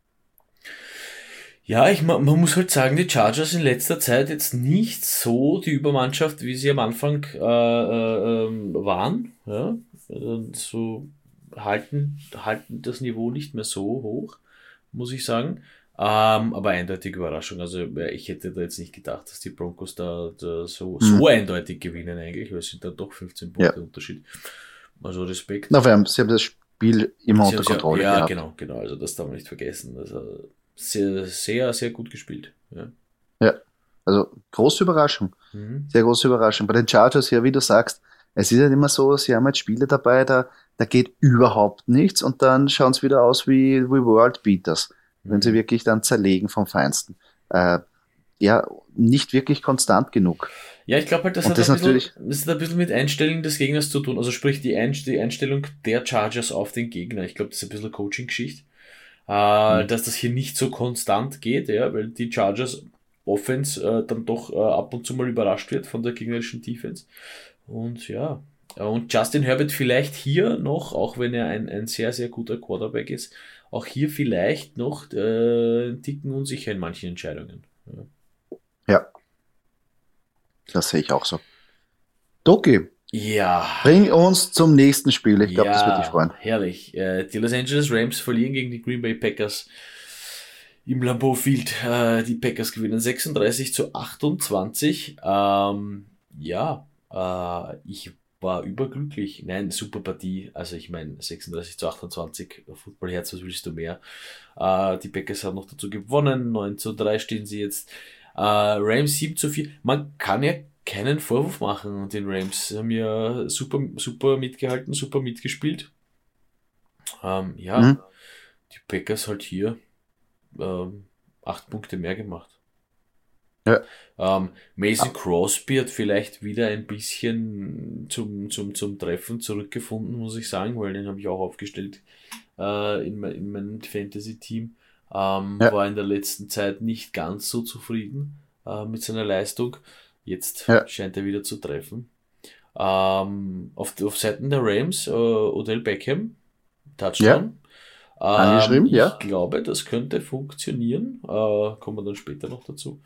Ja, man muss halt sagen, die Chargers in letzter Zeit jetzt nicht so die Übermannschaft, wie sie am Anfang waren. Ja? So halten das Niveau nicht mehr so hoch, muss ich sagen. Aber eindeutige Überraschung. Also ich hätte da jetzt nicht gedacht, dass die Broncos da so eindeutig gewinnen eigentlich, weil es sind dann doch 15 Punkte Unterschied. Also Respekt. Sie haben das Spiel immer unter Kontrolle gehabt. Ja, genau. Also das darf man nicht vergessen. Also sehr, sehr, sehr gut gespielt. Ja, also große Überraschung. Sehr große Überraschung. Bei den Chargers, ja, wie du sagst, es ist halt immer so, sie haben jetzt Spiele dabei, da geht überhaupt nichts und dann schauen es wieder aus wie World Beaters, wenn sie wirklich dann zerlegen vom Feinsten. Nicht wirklich konstant genug. Ja, ich glaube halt, das hat ein bisschen mit Einstellung des Gegners zu tun. Also sprich die Einstellung der Chargers auf den Gegner. Ich glaube, das ist ein bisschen Coaching-Geschichte. Dass das hier nicht so konstant geht, ja, weil die Chargers Offense dann doch ab und zu mal überrascht wird von der gegnerischen Defense. Und ja, und Justin Herbert vielleicht hier noch, auch wenn er ein sehr, sehr guter Quarterback ist, auch hier vielleicht noch einen Ticken unsicher in manchen Entscheidungen. Ja, das sehe ich auch so. Doki, Ja, Bring uns zum nächsten Spiel. Ich glaube, das wird dich ja, freuen. herrlich. Die Los Angeles Rams verlieren gegen die Green Bay Packers im Lambeau Field. Die Packers gewinnen 36-28. Ich war überglücklich. Nein, super Partie. Also ich meine 36-28. Footballherz, was willst du mehr? Die Packers haben noch dazu gewonnen. 9-3 stehen sie jetzt. Rams 7-4. Man kann ja keinen Vorwurf machen. Den Rams haben ja super, super mitgehalten, super mitgespielt. Mhm. Die Packers halt hier 8 Punkte mehr gemacht. Ja. Mason Crosby hat vielleicht wieder ein bisschen zum Treffen zurückgefunden, muss ich sagen, weil den habe ich auch aufgestellt in meinem Fantasy-Team. Ja. War in der letzten Zeit nicht ganz so zufrieden mit seiner Leistung. Jetzt Ja. scheint er wieder zu treffen. Auf Seiten der Rams, Odell Beckham, Touchdown. Angeschrieben, Ich ja. glaube, das könnte funktionieren. Kommen wir dann später noch dazu.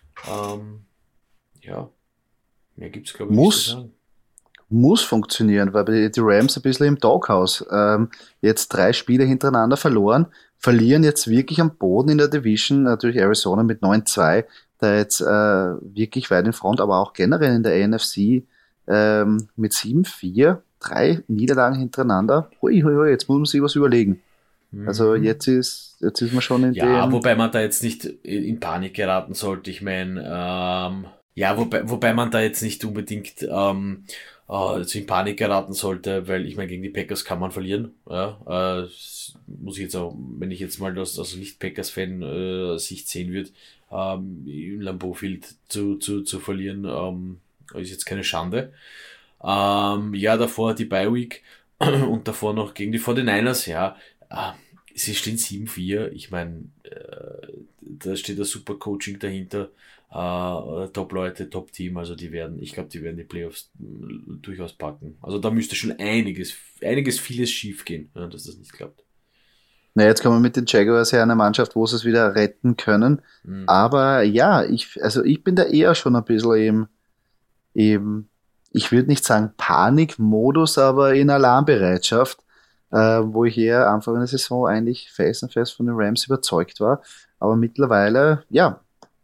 Ja, mehr gibt's glaube ich nicht zu sagen. Muss funktionieren, weil die Rams ein bisschen im Doghouse. Jetzt 3 Spiele hintereinander verlieren jetzt wirklich am Boden in der Division. Natürlich Arizona mit 9-2, da jetzt wirklich weit in Front, aber auch generell in der NFC mit 7-4, 3 Niederlagen hintereinander. Hui, hui, hui, jetzt muss man sich was überlegen. Also jetzt ist man schon in Ja, dem... wobei man da jetzt nicht in Panik geraten sollte. Ich meine, wobei man da jetzt nicht unbedingt in Panik geraten sollte, weil ich meine, gegen die Packers kann man verlieren. Ja, muss ich jetzt auch, wenn ich jetzt mal das also nicht Packers-Fan Sicht sehen würde, im Lambeau Field zu verlieren, ist jetzt keine Schande. Davor die Bye Week und davor noch gegen die 49ers, ja. Sie stehen 7-4. Ich meine, da steht ein super Coaching dahinter. Top-Leute, Top-Team. Also ich glaube, die werden die Playoffs durchaus packen. Also da müsste schon vieles schief gehen, dass das nicht klappt. Na, jetzt kommen wir mit den Jaguars her, eine Mannschaft, wo sie es wieder retten können. Mhm. Aber ja, ich bin da eher schon ein bisschen ich würde nicht sagen Panikmodus, aber in Alarmbereitschaft, wo ich eher Anfang der Saison eigentlich felsenfest von den Rams überzeugt war. Aber mittlerweile, ja,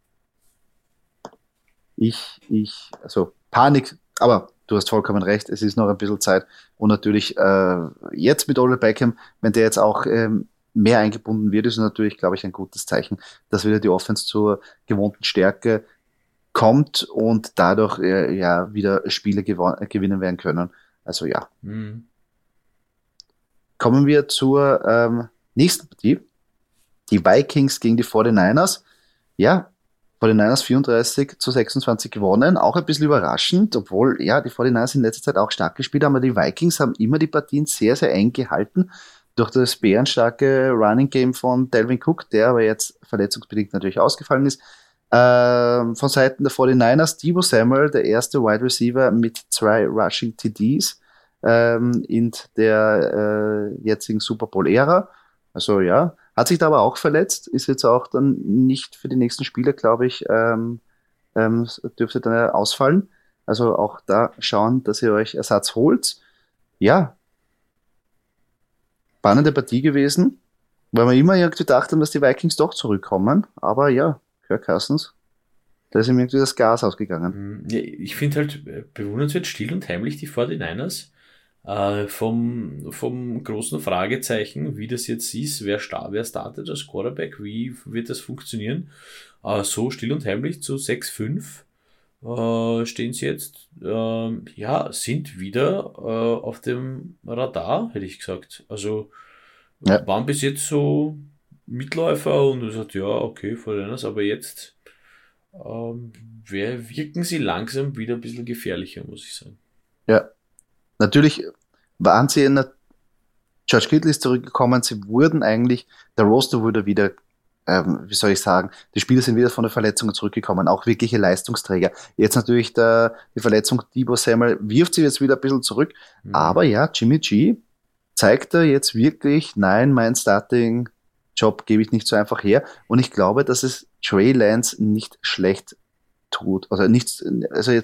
also Panik, aber du hast vollkommen recht, es ist noch ein bisschen Zeit. Und natürlich jetzt mit Odell Beckham, wenn der jetzt auch mehr eingebunden wird, ist natürlich, glaube ich, ein gutes Zeichen, dass wieder die Offense zur gewohnten Stärke kommt und dadurch wieder Spiele gewinnen werden können. Also ja. Mhm. Kommen wir zur nächsten Partie. Die Vikings gegen die 49ers. Ja, 49ers 34-26 gewonnen. Auch ein bisschen überraschend, obwohl ja die 49ers in letzter Zeit auch stark gespielt haben, aber die Vikings haben immer die Partien sehr, sehr eng gehalten. Durch das bärenstarke Running Game von Dalvin Cook, der aber jetzt verletzungsbedingt natürlich ausgefallen ist. Von Seiten der 49ers, Deebo Samuel, der erste Wide Receiver mit 2 Rushing TDs in der jetzigen Super Bowl-Ära. Also ja, hat sich da aber auch verletzt, ist jetzt auch dann nicht für die nächsten Spiele, glaube ich, dürfte dann ausfallen. Also auch da schauen, dass ihr euch Ersatz holt. Ja, spannende Partie gewesen, weil wir immer irgendwie dachten, dass die Vikings doch zurückkommen. Aber ja, Kirk Cousins, da ist ihm irgendwie das Gas ausgegangen. Ja, ich finde halt bewundernswert still und heimlich die 49ers. Vom großen Fragezeichen, wie das jetzt ist, wer startet als Quarterback, wie wird das funktionieren? So still und heimlich zu 6-5 stehen sie jetzt, sind wieder auf dem Radar, hätte ich gesagt. Also Ja. waren bis jetzt so Mitläufer und du sagst, ja, okay, Foreigners, aber jetzt wirken sie langsam wieder ein bisschen gefährlicher, muss ich sagen. Ja, natürlich waren sie George Kittle ist zurückgekommen, sie wurden eigentlich, der Roster wurde wieder, wie soll ich sagen, die Spieler sind wieder von der Verletzung zurückgekommen, auch wirkliche Leistungsträger. Jetzt natürlich die Verletzung Deebo Samuel wirft sie jetzt wieder ein bisschen zurück, aber ja, Jimmy G zeigt er jetzt wirklich, nein, mein Starting-Job gebe ich nicht so einfach her und ich glaube, dass es Trey Lance nicht schlecht tut, also jetzt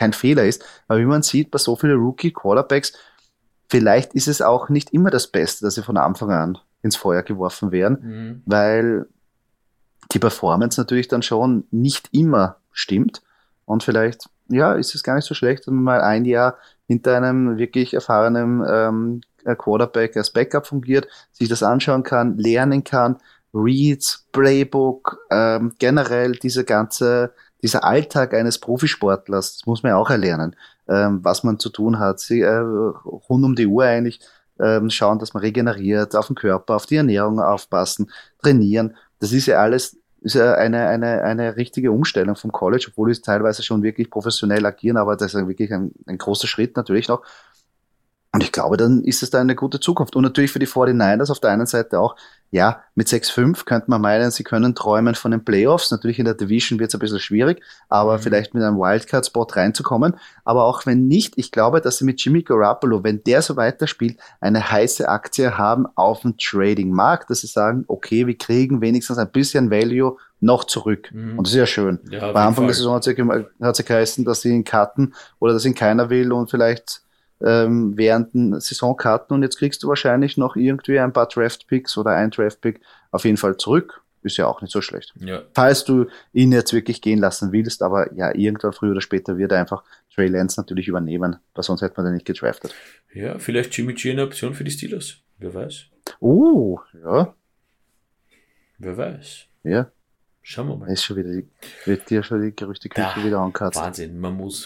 kein Fehler ist. Aber wie man sieht, bei so vielen Rookie-Quarterbacks, vielleicht ist es auch nicht immer das Beste, dass sie von Anfang an ins Feuer geworfen werden, weil die Performance natürlich dann schon nicht immer stimmt. Und vielleicht, ja, ist es gar nicht so schlecht, wenn man mal ein Jahr hinter einem wirklich erfahrenen Quarterback als Backup fungiert, sich das anschauen kann, lernen kann, Reads, Playbook, generell dieser Alltag eines Profisportlers, das muss man ja auch erlernen, was man zu tun hat, rund um die Uhr eigentlich schauen, dass man regeneriert, auf den Körper, auf die Ernährung aufpassen, trainieren. Das ist ja alles eine richtige Umstellung vom College, obwohl die teilweise schon wirklich professionell agieren, aber das ist wirklich ein großer Schritt natürlich noch. Und ich glaube, dann ist es da eine gute Zukunft. Und natürlich für die 49ers auf der einen Seite auch, ja, mit 6-5 könnte man meinen, sie können träumen von den Playoffs. Natürlich in der Division wird es ein bisschen schwierig, aber vielleicht mit einem Wildcard-Spot reinzukommen. Aber auch wenn nicht, ich glaube, dass sie mit Jimmy Garoppolo, wenn der so weiterspielt, eine heiße Aktie haben auf dem Trading-Markt, dass sie sagen, okay, wir kriegen wenigstens ein bisschen Value noch zurück. Und das ist ja schön. Ja, bei Anfang der Saison hat sie geheißen, dass sie ihn cutten oder dass ihn keiner will und vielleicht während den Saisonkarten und jetzt kriegst du wahrscheinlich noch irgendwie ein paar Draft-Picks oder ein Draft-Pick auf jeden Fall zurück. Ist ja auch nicht so schlecht. Ja. Falls du ihn jetzt wirklich gehen lassen willst, aber ja, irgendwann früher oder später wird er einfach Trey Lance natürlich übernehmen, weil sonst hätte man den nicht gedraftet. Ja, vielleicht Jimmy G eine Option für die Steelers. Wer weiß. Ja. Wer weiß. Ja. Schauen wir mal. Wird dir schon die Gerüchteküche wieder angekratzt. Wahnsinn, man muss.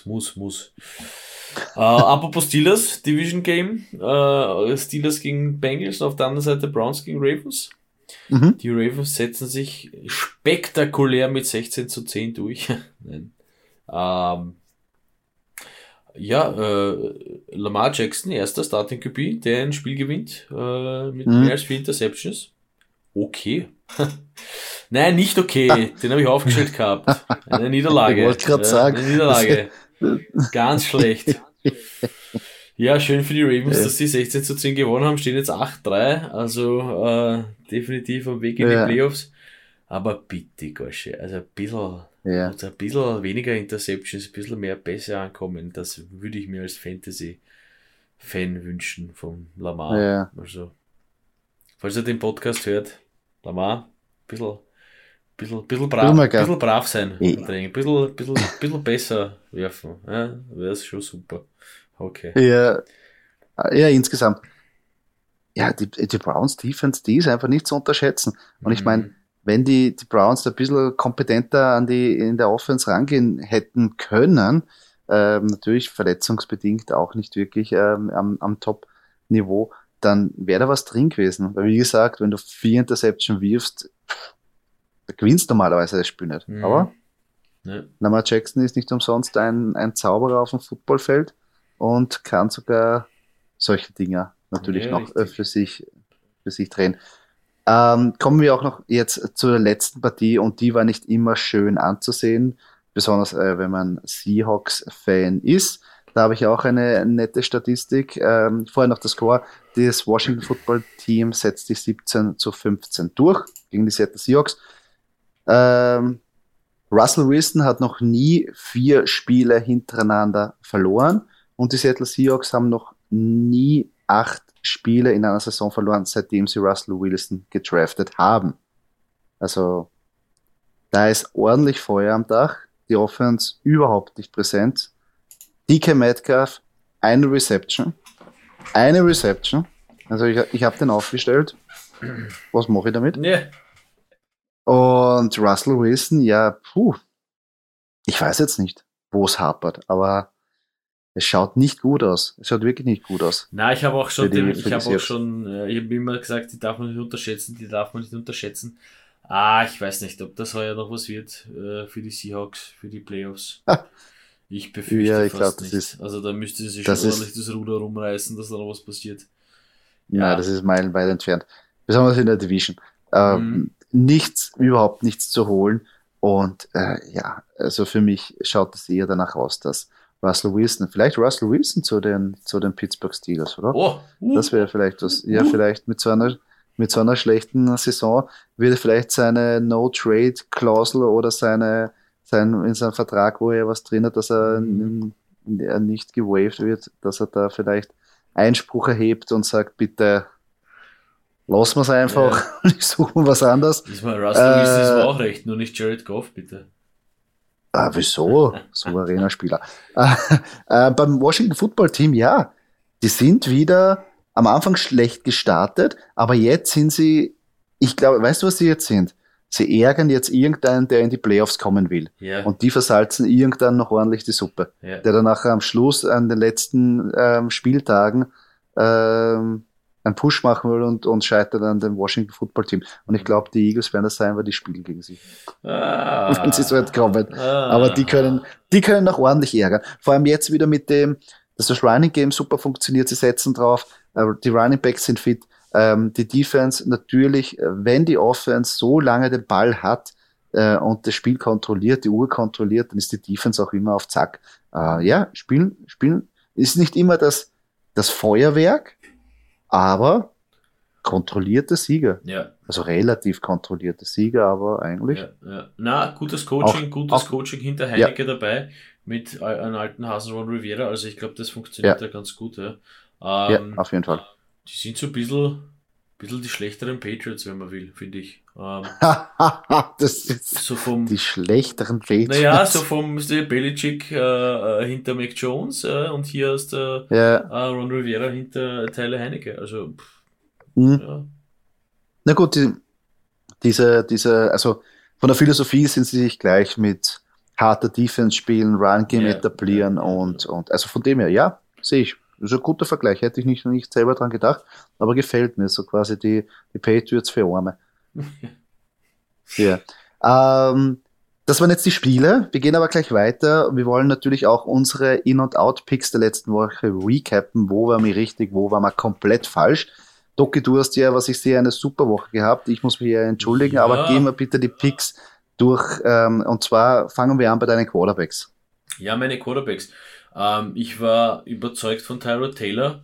Apropos Steelers, Division Game, Steelers gegen Bengals, auf der anderen Seite Browns gegen Ravens. Die Ravens setzen sich spektakulär mit 16-10 durch. Nein. Lamar Jackson, erster Starting QB, der ein Spiel gewinnt, mit mehr als 4 Interceptions. Okay. Nein, nicht okay. Den habe ich aufgestellt gehabt. Eine Niederlage. Ich wollte gerade sagen. Eine Niederlage. Ganz schlecht. Ja, schön für die Ravens, dass die 16-10 gewonnen haben, stehen jetzt 8-3, also definitiv am Weg in die Playoffs. Aber bitte, Gorsche, also ein bisschen weniger Interceptions, ein bisschen mehr Pässe ankommen, das würde ich mir als Fantasy-Fan wünschen vom Lamar. Ja. Also, falls er den Podcast hört, Lamar, bisschen brav sein, ein bisschen besser werfen, ja, wäre es schon super. Okay. Ja, insgesamt. Ja, die Browns Defense, die ist einfach nicht zu unterschätzen. Und ich meine, wenn die Browns ein bisschen kompetenter in der Offense rangehen hätten können, natürlich verletzungsbedingt auch nicht wirklich am Top-Niveau, dann wäre da was drin gewesen. Weil wie gesagt, wenn du 4 Interception wirfst, da gewinnst du normalerweise das Spiel nicht. Aber Lamar Jackson ist nicht umsonst ein Zauberer auf dem Footballfeld und kann sogar solche Dinger natürlich noch für sich drehen. Kommen wir auch noch jetzt zur letzten Partie und die war nicht immer schön anzusehen, besonders wenn man Seahawks-Fan ist. Da habe ich auch eine nette Statistik. Vorher noch der Score. Das Washington Football Team setzt die 17-15 durch gegen die Seattle Seahawks. Russell Wilson hat noch nie 4 Spiele hintereinander verloren und die Seattle Seahawks haben noch nie 8 Spiele in einer Saison verloren, seitdem sie Russell Wilson gedraftet haben. Also da ist ordentlich Feuer am Dach, die Offense überhaupt nicht präsent. DK Metcalf, eine Reception. Also ich habe den aufgestellt. Was mache ich damit? Yeah. Und Russell Wilson, ich weiß jetzt nicht, wo es hapert, aber es schaut nicht gut aus. Es schaut wirklich nicht gut aus. Na, ich habe ich habe immer gesagt, die darf man nicht unterschätzen. Ich weiß nicht, ob das heuer noch was wird für die Seahawks, für die Playoffs. Ich befürchte fast nicht. Also da müsste sie schon ordentlich das Ruder rumreißen, dass da noch was passiert. Ja, das ist meilenweit entfernt. Besonders in der Division. Überhaupt nichts zu holen. Und also für mich schaut es eher danach aus, dass Russell Wilson zu den Pittsburgh Steelers, oder? Das wäre vielleicht was. Ja, vielleicht mit so einer schlechten Saison würde vielleicht seine No-Trade-Klausel oder in seinem Vertrag, wo er was drin hat, dass er er nicht gewaved wird, dass er da vielleicht Einspruch erhebt und sagt, bitte lassen wir es einfach, ich suche mal was anderes. Russell Wilson ist mir auch recht, nur nicht Jared Goff, bitte. Wieso? Souveräner Spieler. Beim Washington Football Team, ja, die sind wieder am Anfang schlecht gestartet, aber jetzt sind sie, ich glaube, weißt du, was sie jetzt sind? Sie ärgern jetzt irgendeinen, der in die Playoffs kommen will. Ja. Und die versalzen irgendwann noch ordentlich die Suppe. Ja. Der dann nachher am Schluss an den letzten Spieltagen einen Push machen will und scheitert an dem Washington Football Team. Und ich glaube, die Eagles werden das sein, weil die spielen gegen sie. Wenn sie so weit kommen. Aber die können noch ordentlich ärgern. Vor allem jetzt wieder mit dem, dass das Running Game super funktioniert, sie setzen drauf, die Running Backs sind fit, die Defense natürlich, wenn die Offense so lange den Ball hat und das Spiel kontrolliert, die Uhr kontrolliert, dann ist die Defense auch immer auf Zack. Spielen ist nicht immer das Feuerwerk, aber kontrollierte Sieger. Ja. Also relativ kontrollierte Sieger, aber eigentlich. Ja. Na, gutes Coaching hinter Heineke dabei mit einem alten Hasen Ron Rivera. Also ich glaube, das funktioniert ja ganz gut. Ja. Auf jeden Fall. Die sind so ein bisschen die schlechteren Patriots, wenn man will, finde ich. Das ist so die schlechteren Patriots. Naja, so vom Belichick hinter Mac Jones und hier ist der Ron Rivera hinter Tyler Heineke. Also, ja. Na gut, diese, also von der Philosophie sind sie sich gleich mit harter Defense spielen, Run Game etablieren und also von dem her, ja, sehe ich. Das ist ein guter Vergleich, hätte ich nicht selber dran gedacht, aber gefällt mir so quasi die Patriots für Arme. Ja. Das waren jetzt die Spiele. Wir gehen aber gleich weiter. Wir wollen natürlich auch unsere In- und Out-Picks der letzten Woche recappen. Wo waren wir richtig, wo waren wir komplett falsch? Doki, du hast ja, was ich sehe, eine super Woche gehabt. Ich muss mich ja entschuldigen, aber gehen wir bitte die Picks durch. Und zwar fangen wir an bei deinen Quarterbacks. Ja, meine Quarterbacks. Ich war überzeugt von Tyrod Taylor.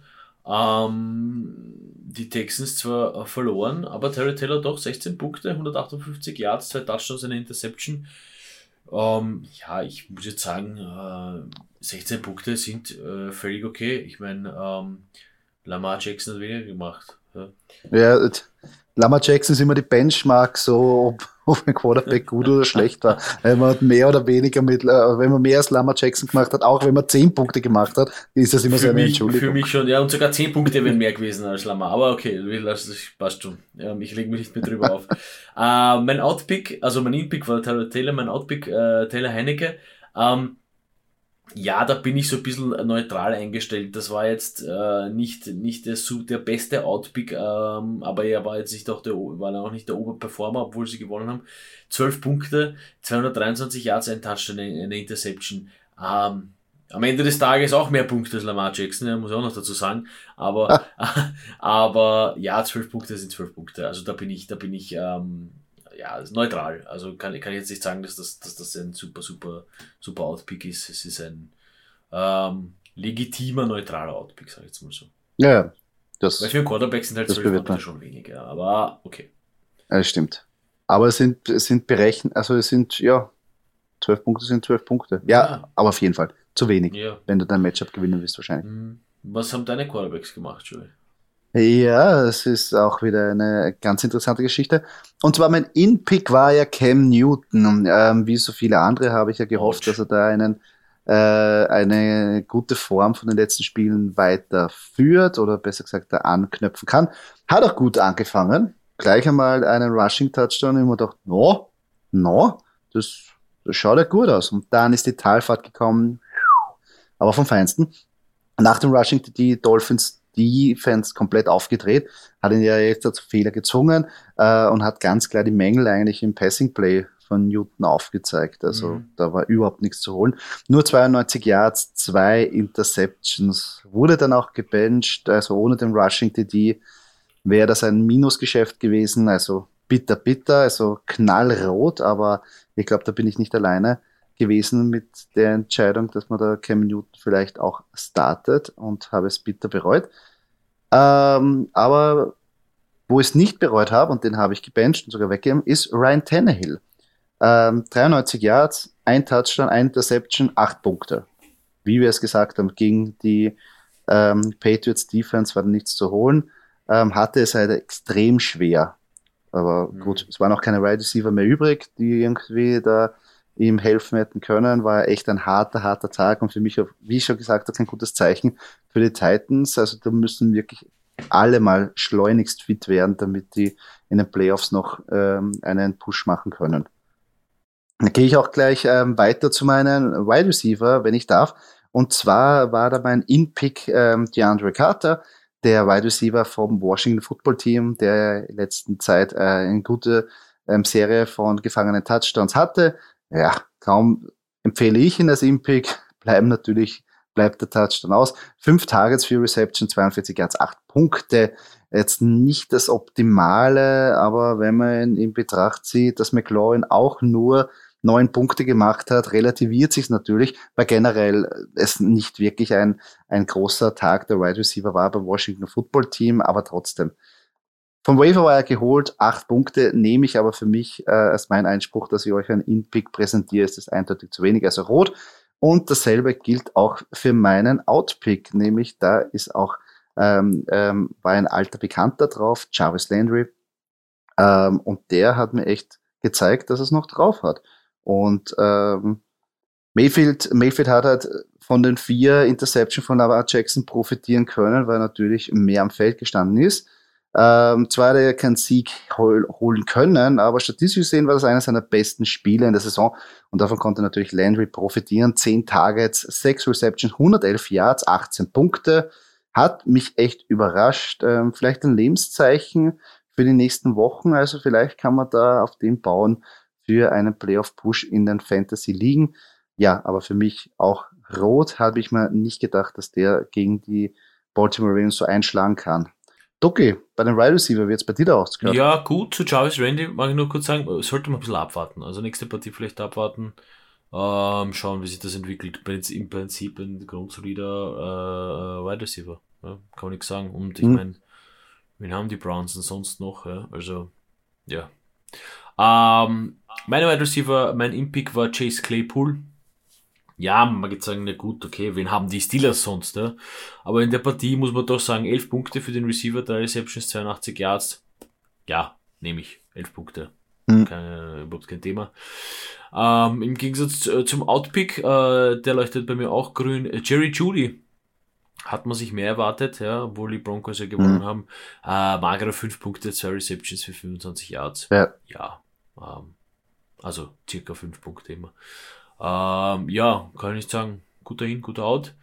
Die Texans zwar verloren, aber Tyrod Taylor doch 16 Punkte, 158 Yards, 2 Touchdowns, eine Interception. Ich muss jetzt sagen, 16 Punkte sind völlig okay. Ich meine, Lamar Jackson hat weniger gemacht. Ja, Lamar Jackson ist immer die Benchmark, so ob ein Quarterback gut oder schlecht war. Wenn man mehr oder weniger wenn man mehr als Lamar Jackson gemacht hat, auch wenn man 10 Punkte gemacht hat, ist das immer so eine Entschuldigung. Für mich schon, ja, und sogar 10 Punkte wären mehr gewesen als Lamar. Aber okay, das passt schon. Ich lege mich nicht mehr drüber auf. Mein Outpick, also mein In-Pick war Tyrod Taylor, mein Outpick Taylor Heineke. Ja, da bin ich so ein bisschen neutral eingestellt. Das war jetzt nicht der beste Outpick, aber er war jetzt war auch nicht der Oberperformer, obwohl sie gewonnen haben. 12 Punkte, 223 Yards, ein Touchdown, eine Interception. Am Ende des Tages auch mehr Punkte als Lamar Jackson, muss ich auch noch dazu sagen. Aber ja, 12 Punkte sind 12 Punkte. Also da bin ich neutral. Also kann ich jetzt nicht sagen, dass das ein super Outpick ist. Es ist ein legitimer, neutraler Outpick, sag ich jetzt mal so. Ja, weil für einen Quarterback sind halt 12 Punkte schon wenig, ja. Aber okay. Ja, stimmt. Aber es sind berechnet, also 12 Punkte sind 12 Punkte. Ja, aber auf jeden Fall zu wenig, wenn du dein Matchup gewinnen willst wahrscheinlich. Was haben deine Quarterbacks gemacht, Joey? Ja, es ist auch wieder eine ganz interessante Geschichte. Und zwar mein In-Pick war ja Cam Newton. Wie so viele andere habe ich ja gehofft, dass er da eine gute Form von den letzten Spielen weiterführt oder besser gesagt da anknüpfen kann. Hat auch gut angefangen. Gleich einmal einen Rushing-Touchdown. Ich habe mir gedacht, das schaut ja gut aus. Und dann ist die Talfahrt gekommen, aber vom Feinsten. Nach dem Rushing die Dolphins Defense komplett aufgedreht, hat ihn ja jetzt zu Fehler gezwungen und hat ganz klar die Mängel eigentlich im Passing Play von Newton aufgezeigt. Also da war überhaupt nichts zu holen. Nur 92 Yards, 2 Interceptions, wurde dann auch gebencht, also ohne den Rushing TD wäre das ein Minusgeschäft gewesen, also bitter, also knallrot, aber ich glaube, da bin ich nicht alleine gewesen mit der Entscheidung, dass man da Cam Newton vielleicht auch startet und habe es bitter bereut. Aber wo ich es nicht bereut habe, und den habe ich gebencht und sogar weggegeben, ist Ryan Tannehill. 93 Yards, ein Touchdown, ein Interception, 8 Punkte. wie wir es gesagt haben, gegen die Patriots Defense war nichts zu holen, hatte es halt extrem schwer. Aber gut, es waren auch keine Wide Receiver mehr übrig, die irgendwie da ihm helfen hätten können. War echt ein harter Tag und für mich, wie ich schon gesagt habe, kein gutes Zeichen für die Titans. Also da müssen wirklich alle mal schleunigst fit werden, damit die in den Playoffs noch einen Push machen können. Dann gehe ich auch gleich weiter zu meinen Wide Receiver, wenn ich darf. Und zwar war da mein In-Pick DeAndre Carter, der Wide Receiver vom Washington Football Team, der in letzter Zeit eine gute Serie von gefangenen Touchdowns hatte. Ja, kaum empfehle ich ihn als In-Pick, bleibt der Touchdown aus. 5 Targets, 4 Reception, 42 Yards, 8 Punkte. Jetzt nicht das Optimale, aber wenn man ihn in Betracht zieht, dass McLaurin auch nur 9 Punkte gemacht hat, relativiert sich natürlich, weil generell es nicht wirklich ein großer Tag der Wide Receiver war beim Washington Football Team, aber trotzdem. Vom Waiver Wire geholt, 8 Punkte nehme ich aber für mich als mein Einspruch, dass ich euch einen In-Pick präsentiere, ist das eindeutig zu wenig, also rot. Und dasselbe gilt auch für meinen Out-Pick, nämlich da ist auch war ein alter Bekannter drauf, Jarvis Landry, und der hat mir echt gezeigt, dass es noch drauf hat. Und Mayfield hat halt von den 4 Interception von Lamar Jackson profitieren können, weil er natürlich mehr am Feld gestanden ist. Zwar hat er keinen Sieg holen können, aber statistisch gesehen war das einer seiner besten Spiele in der Saison und davon konnte natürlich Landry profitieren. 10 Targets, 6 Receptions, 111 Yards, 18 Punkte. Hat mich echt überrascht. Vielleicht ein Lebenszeichen für die nächsten Wochen, also vielleicht kann man da auf den bauen für einen Playoff-Push in den Fantasy-Ligen. Ja, aber für mich auch rot, habe ich mir nicht gedacht, dass der gegen die Baltimore Ravens so einschlagen kann. Doki, bei den Wide Receiver wird es bei dir da ausgehört. Ja, gut, zu Jarvis Landry mag ich nur kurz sagen, sollte man ein bisschen abwarten. Also nächste Partie vielleicht abwarten, schauen, wie sich das entwickelt. Im Prinzip ein grundsolider Wide Receiver, ja, kann man nichts sagen. Und ich meine, wen haben die Browns denn sonst noch? Ja? Also, ja. Meine Wide Receiver, mein In-Pick war Chase Claypool. Ja, man kann sagen, na gut, okay, wen haben die Steelers sonst, ja? Aber in der Partie muss man doch sagen, 11 Punkte für den Receiver, 3 Receptions, 82 Yards. Ja, nehme ich, 11 Punkte. Überhaupt kein Thema. Im Gegensatz zum Outpick, der leuchtet bei mir auch grün. Jerry Jeudy hat man sich mehr erwartet, ja, obwohl die Broncos ja gewonnen haben. Magere 5 Punkte, 2 Receptions für 25 Yards. Ja, also circa 5 Punkte immer. Ja, kann ich nicht sagen. Guter Hin, guter Out.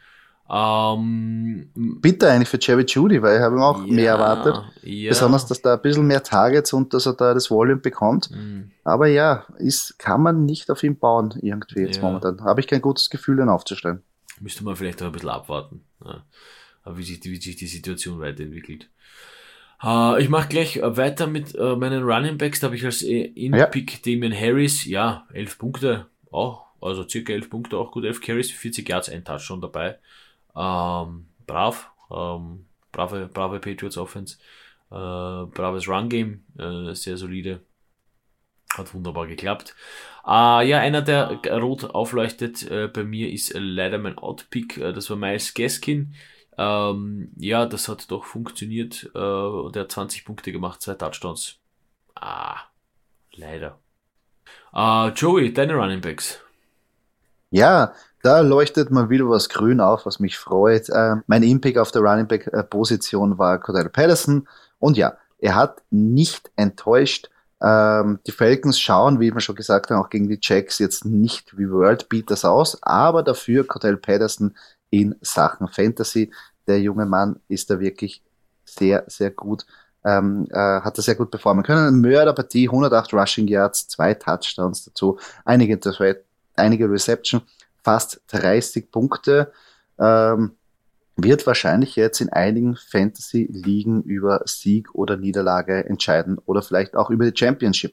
Bitte eigentlich für Jerry Jeudy, weil ich habe ihm auch mehr erwartet. Ja. Besonders, dass da ein bisschen mehr Targets und dass er da das Volume bekommt. Aber ja, kann man nicht auf ihn bauen irgendwie jetzt momentan. Habe ich kein gutes Gefühl, den aufzustellen. Müsste man vielleicht auch ein bisschen abwarten, ja, wie sich die Situation weiterentwickelt. Ich mache gleich weiter mit meinen Running Backs. Da habe ich als In-Pick Damian Harris, 11 Punkte auch. Also circa 11 Punkte, auch gut, 11 Carries, 40 Yards, ein Touchdown dabei. Brave Patriots Offense, braves Run-Game, sehr solide, hat wunderbar geklappt. Einer, der rot aufleuchtet bei mir, ist leider mein Outpick, das war Myles Gaskin. Das hat doch funktioniert, der hat 20 Punkte gemacht, 2 Touchdowns. Leider. Joey, deine Running Backs? Ja, da leuchtet mal wieder was grün auf, was mich freut. Mein In-Pick auf der Running Back Position war Cordell Patterson. Und ja, er hat nicht enttäuscht. Die Falcons schauen, wie wir schon gesagt haben, auch gegen die Jacks jetzt nicht wie World Beaters aus, aber dafür Cordell Patterson in Sachen Fantasy. Der junge Mann ist da wirklich sehr, sehr gut. Hat er sehr gut performen können. Eine Mörderpartie, 108 Rushing Yards, 2 Touchdowns dazu, einige Reception, fast 30 Punkte, wird wahrscheinlich jetzt in einigen Fantasy-Ligen über Sieg oder Niederlage entscheiden oder vielleicht auch über die Championship.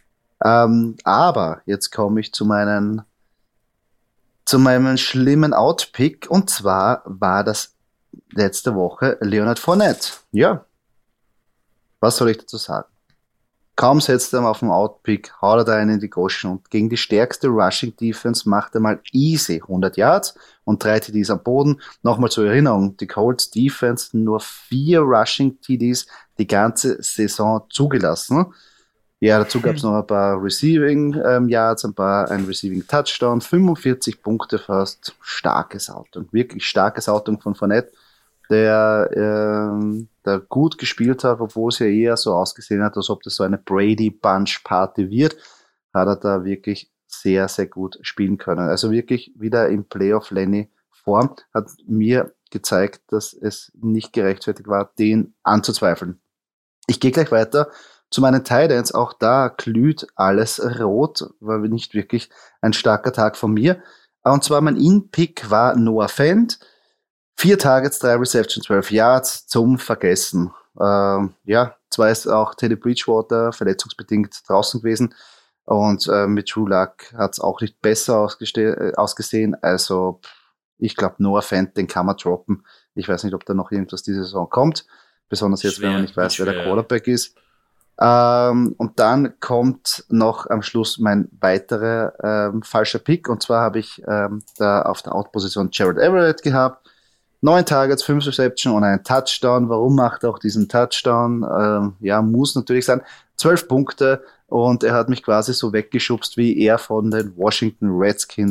Aber jetzt komme ich zu meinem schlimmen Outpick und zwar war das letzte Woche Leonard Fournette. Ja, was soll ich dazu sagen? Kaum setzt er auf den Outpick, haut er da einen in die Goschen und gegen die stärkste Rushing Defense macht er mal easy 100 Yards und 3 TDs am Boden. Nochmal zur Erinnerung, die Colts Defense nur 4 Rushing TDs die ganze Saison zugelassen. Ja, dazu gab es noch ein paar Receiving Yards, ein Receiving Touchdown, 45 Punkte fast, starkes Outing, wirklich starkes Outing von Fournette, der gut gespielt hat, obwohl es ja eher so ausgesehen hat, als ob das so eine Brady-Bunch-Party wird, hat er da wirklich sehr, sehr gut spielen können. Also wirklich wieder im Playoff-Lenny-Form, hat mir gezeigt, dass es nicht gerechtfertigt war, den anzuzweifeln. Ich gehe gleich weiter zu meinen Titans. Auch da glüht alles rot, war nicht wirklich ein starker Tag von mir. Und zwar mein In-Pick war Noah Fant. 4 Targets, 3 Receptions, 12 Yards zum Vergessen. Zwar ist auch Teddy Bridgewater verletzungsbedingt draußen gewesen und mit Drew Luck hat es auch nicht besser ausgesehen. Also ich glaube, Noah Fant, den kann man droppen. Ich weiß nicht, ob da noch irgendwas diese Saison kommt, besonders jetzt, wenn man nicht weiß, wer der Quarterback ist. Und dann kommt noch am Schluss mein weiterer falscher Pick, und zwar habe ich da auf der Out-Position Jared Everett gehabt. 9 Targets, 5 Reception und einen Touchdown. Warum macht er auch diesen Touchdown? Muss natürlich sein. 12 Punkte und er hat mich quasi so weggeschubst, wie er von den Washington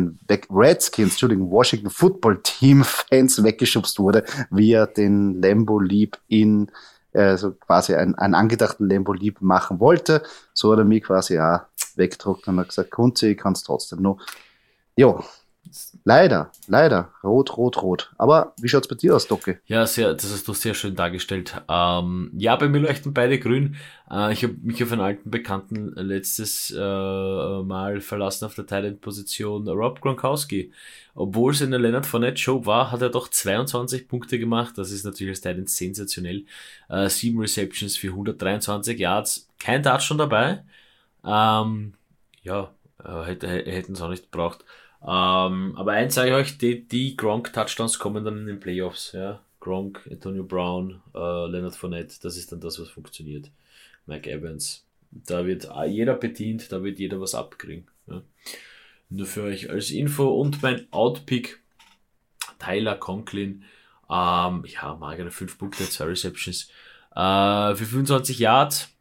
Football Team Fans weggeschubst wurde, wie er den Lambeau Leap also quasi einen angedachten Lambeau Leap machen wollte. So hat er mich quasi weggedruckt und hat gesagt, Kunze, ich kann es trotzdem noch. Jo. Leider. Rot. Aber wie schaut's bei dir aus, Docke? Ja, das hast du sehr schön dargestellt. Bei mir leuchten beide grün. Ich habe mich auf einen alten Bekannten letztes Mal verlassen auf der Tight-End-Position, Rob Gronkowski. Obwohl es in der Leonard Fournette Show war, hat er doch 22 Punkte gemacht. Das ist natürlich als Tight-End sensationell. 7 Receptions für 123 Yards. Kein Touchdown dabei. Hätten es auch nicht gebraucht. Aber eins sage ich euch, die Gronk-Touchdowns kommen dann in den Playoffs. Ja? Gronk, Antonio Brown, Leonard Fournette, das ist dann das, was funktioniert. Mike Evans, da wird jeder bedient, da wird jeder was abkriegen. Ja? Nur für euch als Info. Und mein Outpick, Tyler Conklin, magere 5 Punkte, 2 Receptions, für 25 Yards,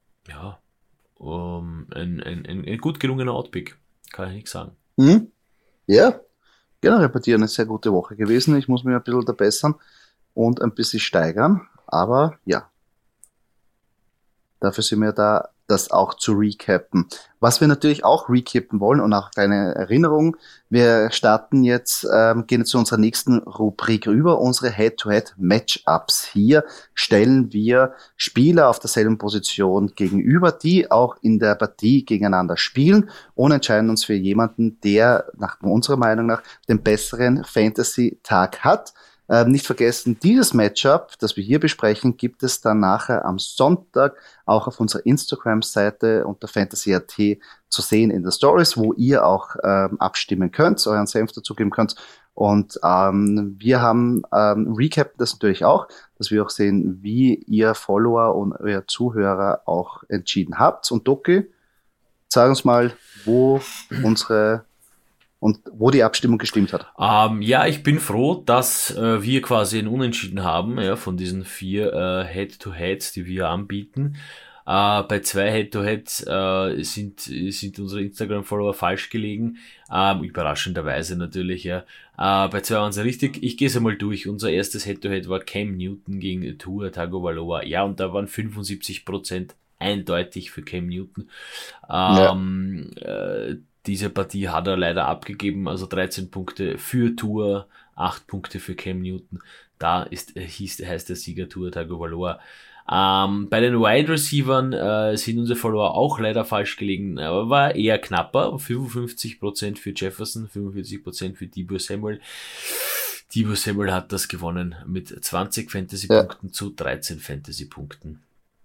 ein gut gelungener Outpick, kann ich nicht sagen. Ja, generell bei dir eine sehr gute Woche gewesen. Ich muss mich ein bisschen verbessern und ein bisschen steigern. Aber ja, dafür sind wir da, das auch zu recappen. Was wir natürlich auch recappen wollen und auch eine Erinnerung, wir starten jetzt, gehen jetzt zu unserer nächsten Rubrik rüber, unsere Head-to-Head-Matchups. Hier stellen wir Spieler auf derselben Position gegenüber, die auch in der Partie gegeneinander spielen, und entscheiden uns für jemanden, der nach unserer Meinung nach den besseren Fantasy-Tag hat. Nicht vergessen, dieses Matchup, das wir hier besprechen, gibt es dann nachher am Sonntag auch auf unserer Instagram-Seite unter Fantasy.at zu sehen in der Stories, wo ihr auch abstimmen könnt, euren Senf dazugeben könnt. Und wir haben recappen das natürlich auch, dass wir auch sehen, wie ihr Follower und euer Zuhörer auch entschieden habt. Und Doki, sag uns mal, wo die Abstimmung gestimmt hat. Ich bin froh, dass wir quasi ein Unentschieden haben, von diesen 4 Head-to-Heads, die wir anbieten. Bei 2 Head-to-Heads sind unsere Instagram-Follower falsch gelegen. Überraschenderweise natürlich, ja. Bei 2 waren sie richtig. Ich gehe es einmal durch. Unser erstes Head-to-Head war Cam Newton gegen Tua Tagovailoa. Ja, und da waren 75% eindeutig für Cam Newton. Diese Partie hat er leider abgegeben, also 13 Punkte für Tua, 8 Punkte für Cam Newton. Da heißt der Sieger Tua Tagovailoa. Bei den Wide Receivern sind unsere Follower auch leider falsch gelegen, aber war eher knapper. 55% für Jefferson, 45% für Deebo Samuel. Deebo Samuel hat das gewonnen mit 20 Fantasy-Punkten zu 13 Fantasy-Punkten.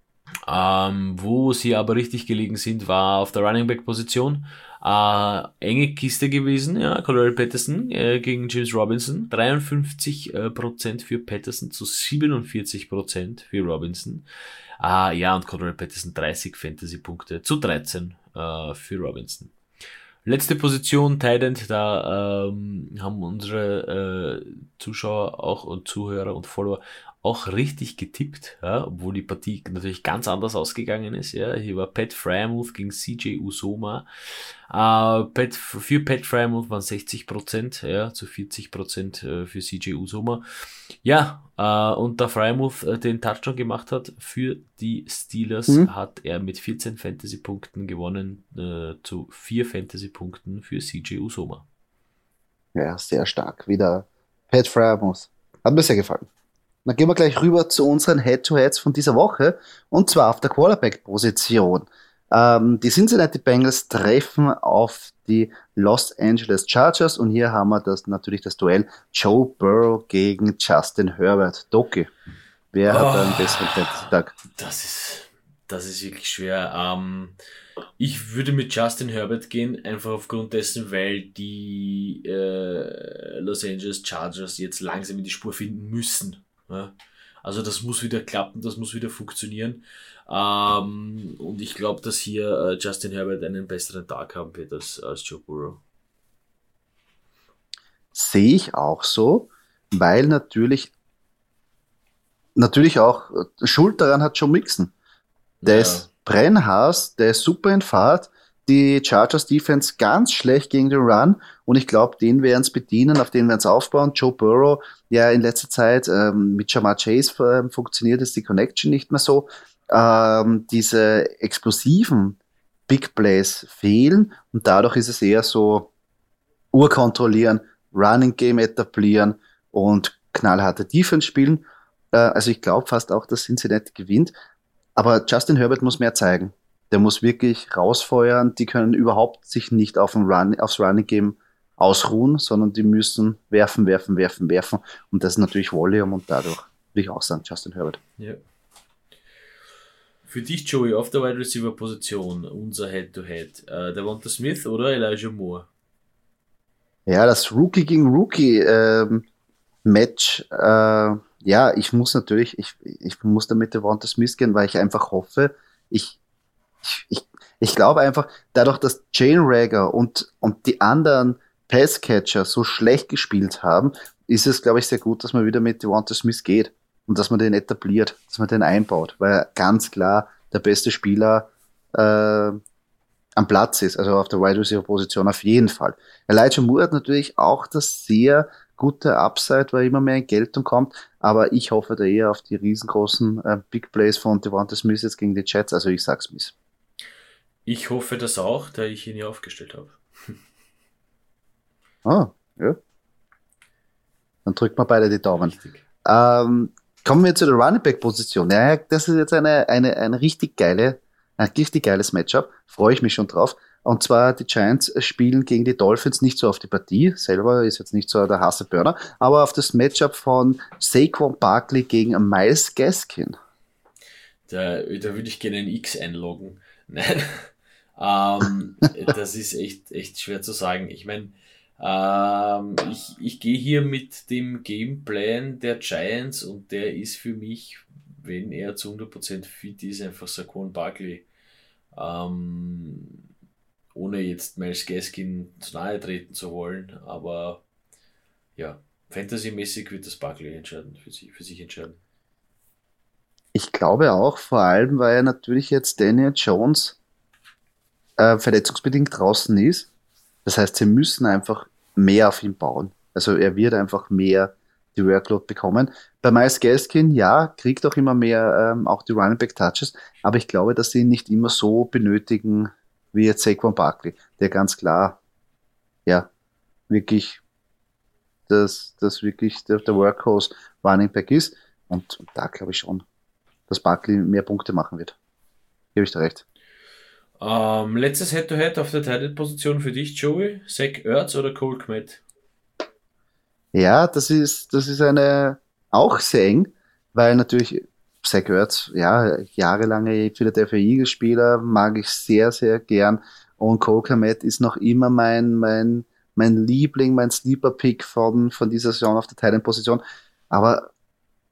Wo sie aber richtig gelegen sind, war auf der Running Back Position. Enge Kiste gewesen, Cordell Patterson gegen James Robinson. 53% für Patterson zu 47% für Robinson. Ja, und Cordell Patterson 30 Fantasy-Punkte zu 13 für Robinson. Letzte Position, Tight End, da haben unsere Zuschauer auch und Zuhörer und Follower auch richtig getippt, ja, obwohl die Partie natürlich ganz anders ausgegangen ist. Ja. Hier war Pat Freiermuth gegen CJ Uzomah. Für Pat Freiermuth waren 60%, ja, zu 40% für CJ Uzomah. Ja, und da Freiermuth den Touchdown gemacht hat für die Steelers, hat er mit 14 Fantasy-Punkten gewonnen, zu 4 Fantasy-Punkten für CJ Uzomah. Ja, sehr stark. Wieder Pat Freiermuth. Hat mir sehr gefallen. Dann gehen wir gleich rüber zu unseren Head-to-Heads von dieser Woche. Und zwar auf der Quarterback-Position. Die Cincinnati Bengals treffen auf die Los Angeles Chargers. Und hier haben wir natürlich das Duell Joe Burrow gegen Justin Herbert. Doki, wer hat einen besseren Fantasy-Tag? Das ist wirklich schwer. Ich würde mit Justin Herbert gehen, einfach aufgrund dessen, weil die Los Angeles Chargers jetzt langsam in die Spur finden müssen. Ja? Also das muss wieder klappen, das muss wieder funktionieren. Und ich glaube, dass hier Justin Herbert einen besseren Tag haben wird als Joe Burrow. Sehe ich auch so, weil natürlich auch Schuld daran hat Joe Mixon. Der ist brennhaß, der ist super in Fahrt. Die Chargers Defense ganz schlecht gegen den Run und ich glaube, den werden es bedienen, auf den werden es aufbauen. Joe Burrow, ja in letzter Zeit mit Ja'Marr Chase funktioniert jetzt die Connection nicht mehr so. Diese explosiven Big Plays fehlen und dadurch ist es eher so urkontrollieren, Running Game etablieren und knallharte Defense spielen. Also ich glaube fast auch, dass Cincinnati gewinnt. Aber Justin Herbert muss mehr zeigen. Der muss wirklich rausfeuern. Die können überhaupt sich nicht aufs Running Game ausruhen, sondern die müssen werfen. Und das ist natürlich Volume und dadurch will ich auch sagen, Justin Herbert. Ja. Für dich, Joey, auf der Wide Receiver Position, unser Head-to-Head, Devonta Smith oder Elijah Moore? Ja, das Rookie gegen Rookie Match, ja, ich muss damit Devonta Smith gehen, weil ich einfach hoffe, ich glaube einfach, dadurch, dass Jalen Reagor und die anderen Passcatcher so schlecht gespielt haben, ist es, glaube ich, sehr gut, dass man wieder mit Devonta Smith geht und dass man den etabliert, dass man den einbaut, weil er ganz klar der beste Spieler am Platz ist, also auf der Wide Receiver Position auf jeden Fall. Elijah Moore hat natürlich auch das sehr gute Upside, weil immer mehr in Geltung kommt, aber ich hoffe da eher auf die riesengroßen Big Plays von Devonta Smith jetzt gegen die Jets, also ich sag Smith. Ich hoffe das auch, da ich ihn ja aufgestellt habe. Ja. Dann drücken wir beide die Daumen. Kommen wir zu der Running Back Position. Ja, das ist jetzt ein richtig geiles Matchup. Freue ich mich schon drauf. Und zwar die Giants spielen gegen die Dolphins nicht so auf die Partie. Selber ist jetzt nicht so der Hasseburner, aber auf das Matchup von Saquon Barkley gegen Myles Gaskin. Da würde ich gerne ein X einloggen. Nein. Das ist echt schwer zu sagen. Ich meine, ich gehe hier mit dem Gameplan der Giants und der ist für mich, wenn er zu 100% fit ist, einfach Saquon Barkley. Ohne jetzt Myles Gaskin zu nahe treten zu wollen, aber ja, fantasymäßig wird das Barkley für sich entscheiden. Ich glaube auch, vor allem, weil natürlich jetzt Daniel Jones verletzungsbedingt draußen ist. Das heißt, sie müssen einfach mehr auf ihn bauen. Also er wird einfach mehr die Workload bekommen. Bei Myles Gaskin, ja, kriegt auch immer mehr auch die Running Back Touches, aber ich glaube, dass sie ihn nicht immer so benötigen wie jetzt Saquon Barkley, der ganz klar, ja, wirklich wirklich der Workhorse Running Back ist. Und da glaube ich schon, dass Barkley mehr Punkte machen wird. Gebe ich dir recht. Letztes Head-to-Head auf der Tight-End-Position für dich, Joey. Zach Ertz oder Cole Kmet? Ja, das ist auch sehr eng, weil natürlich Zach Ertz, ja, jahrelange Philadelphia Eagles Spieler, mag ich sehr, sehr gern. Und Cole Kmet ist noch immer mein Liebling, mein Sleeper-Pick von dieser Saison auf der Tight-End-Position. Aber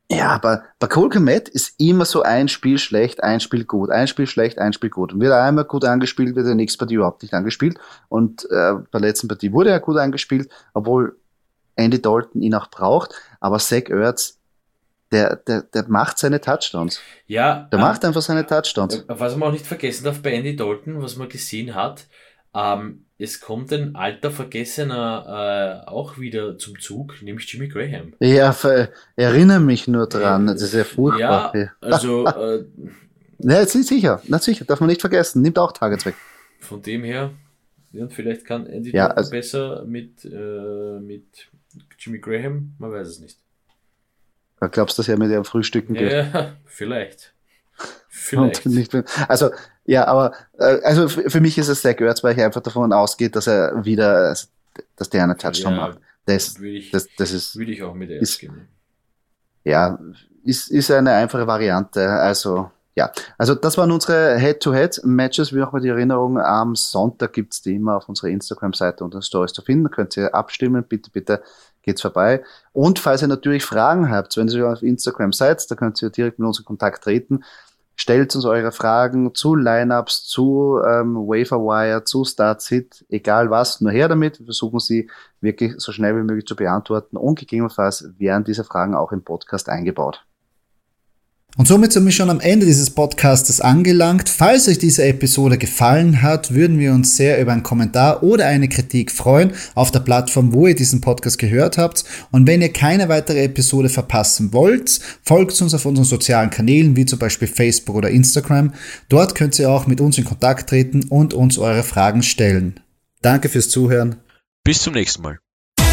Ja, aber bei Cole Kmet ist immer so ein Spiel schlecht, ein Spiel gut, ein Spiel schlecht, ein Spiel gut. Und wird er einmal gut angespielt, wird er nächste Partie überhaupt nicht angespielt. Und bei der letzten Partie wurde er gut angespielt, obwohl Andy Dalton ihn auch braucht. Aber Zach Ertz, der macht seine Touchdowns. Ja. Der macht einfach seine Touchdowns. Was man auch nicht vergessen darf bei Andy Dalton, was man gesehen hat, es kommt ein alter Vergessener auch wieder zum Zug, nämlich Jimmy Graham. Ja, erinnere mich nur dran, das ist ja furchtbar. Ja, also... ja, sicher, darf man nicht vergessen, nimmt auch Targets weg. Von dem her, ja, vielleicht kann Andy Dalton besser mit Jimmy Graham, man weiß es nicht. Glaubst du, dass er mit ihrem Frühstücken geht? Ja, vielleicht. Also, ja, aber also für mich ist es Zach Ertz, weil ich einfach davon ausgehe, dass er wieder, dass der einen Touchdown macht. Das würde ich auch mit Ertz gehen. Ja, ist eine einfache Variante. Also, ja. Also, das waren unsere Head-to-Head-Matches. Wie nochmal die Erinnerung, am Sonntag gibt's die immer auf unserer Instagram-Seite unter Stories zu finden. Könnt ihr abstimmen. Bitte geht's vorbei. Und falls ihr natürlich Fragen habt, wenn ihr auf Instagram seid, da könnt ihr direkt mit uns in Kontakt treten. Stellt uns eure Fragen zu Lineups, zu Waiver-Wire, zu Start-Sit, egal was, nur her damit. Wir versuchen sie wirklich so schnell wie möglich zu beantworten und gegebenenfalls werden diese Fragen auch im Podcast eingebaut. Und somit sind wir schon am Ende dieses Podcastes angelangt. Falls euch diese Episode gefallen hat, würden wir uns sehr über einen Kommentar oder eine Kritik freuen auf der Plattform, wo ihr diesen Podcast gehört habt. Und wenn ihr keine weitere Episode verpassen wollt, folgt uns auf unseren sozialen Kanälen, wie zum Beispiel Facebook oder Instagram. Dort könnt ihr auch mit uns in Kontakt treten und uns eure Fragen stellen. Danke fürs Zuhören. Bis zum nächsten Mal.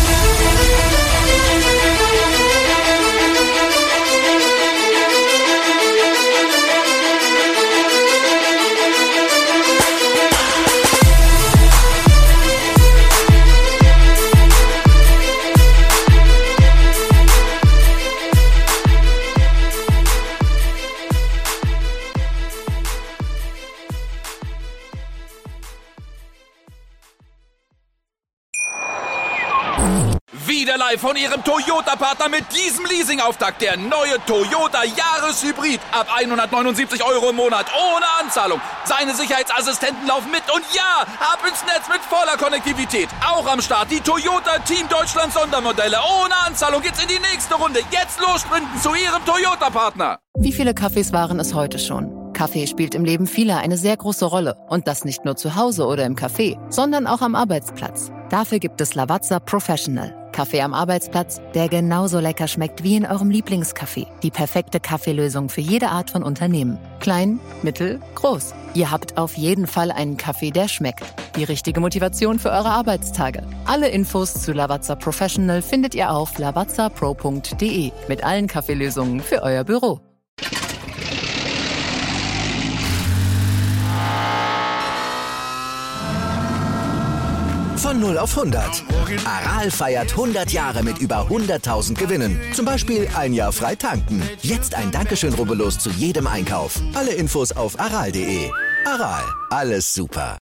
Wieder live von Ihrem Toyota-Partner mit diesem Leasing-Auftakt. Der neue Toyota Jahreshybrid. Ab 179 € im Monat. Ohne Anzahlung. Seine Sicherheitsassistenten laufen mit. Und ja, ab ins Netz mit voller Konnektivität. Auch am Start die Toyota Team Deutschland Sondermodelle. Ohne Anzahlung geht's in die nächste Runde. Jetzt los sprinten zu Ihrem Toyota-Partner. Wie viele Kaffees waren es heute schon? Kaffee spielt im Leben vieler eine sehr große Rolle. Und das nicht nur zu Hause oder im Café, sondern auch am Arbeitsplatz. Dafür gibt es Lavazza Professional. Kaffee am Arbeitsplatz, der genauso lecker schmeckt wie in eurem Lieblingscafé. Die perfekte Kaffeelösung für jede Art von Unternehmen. Klein, mittel, groß. Ihr habt auf jeden Fall einen Kaffee, der schmeckt. Die richtige Motivation für eure Arbeitstage. Alle Infos zu Lavazza Professional findet ihr auf lavazzapro.de mit allen Kaffeelösungen für euer Büro. Von 0 auf 100. Aral feiert 100 Jahre mit über 100.000 Gewinnen. Zum Beispiel ein Jahr frei tanken. Jetzt ein Dankeschön, rubbellos zu jedem Einkauf. Alle Infos auf aral.de. Aral, alles super.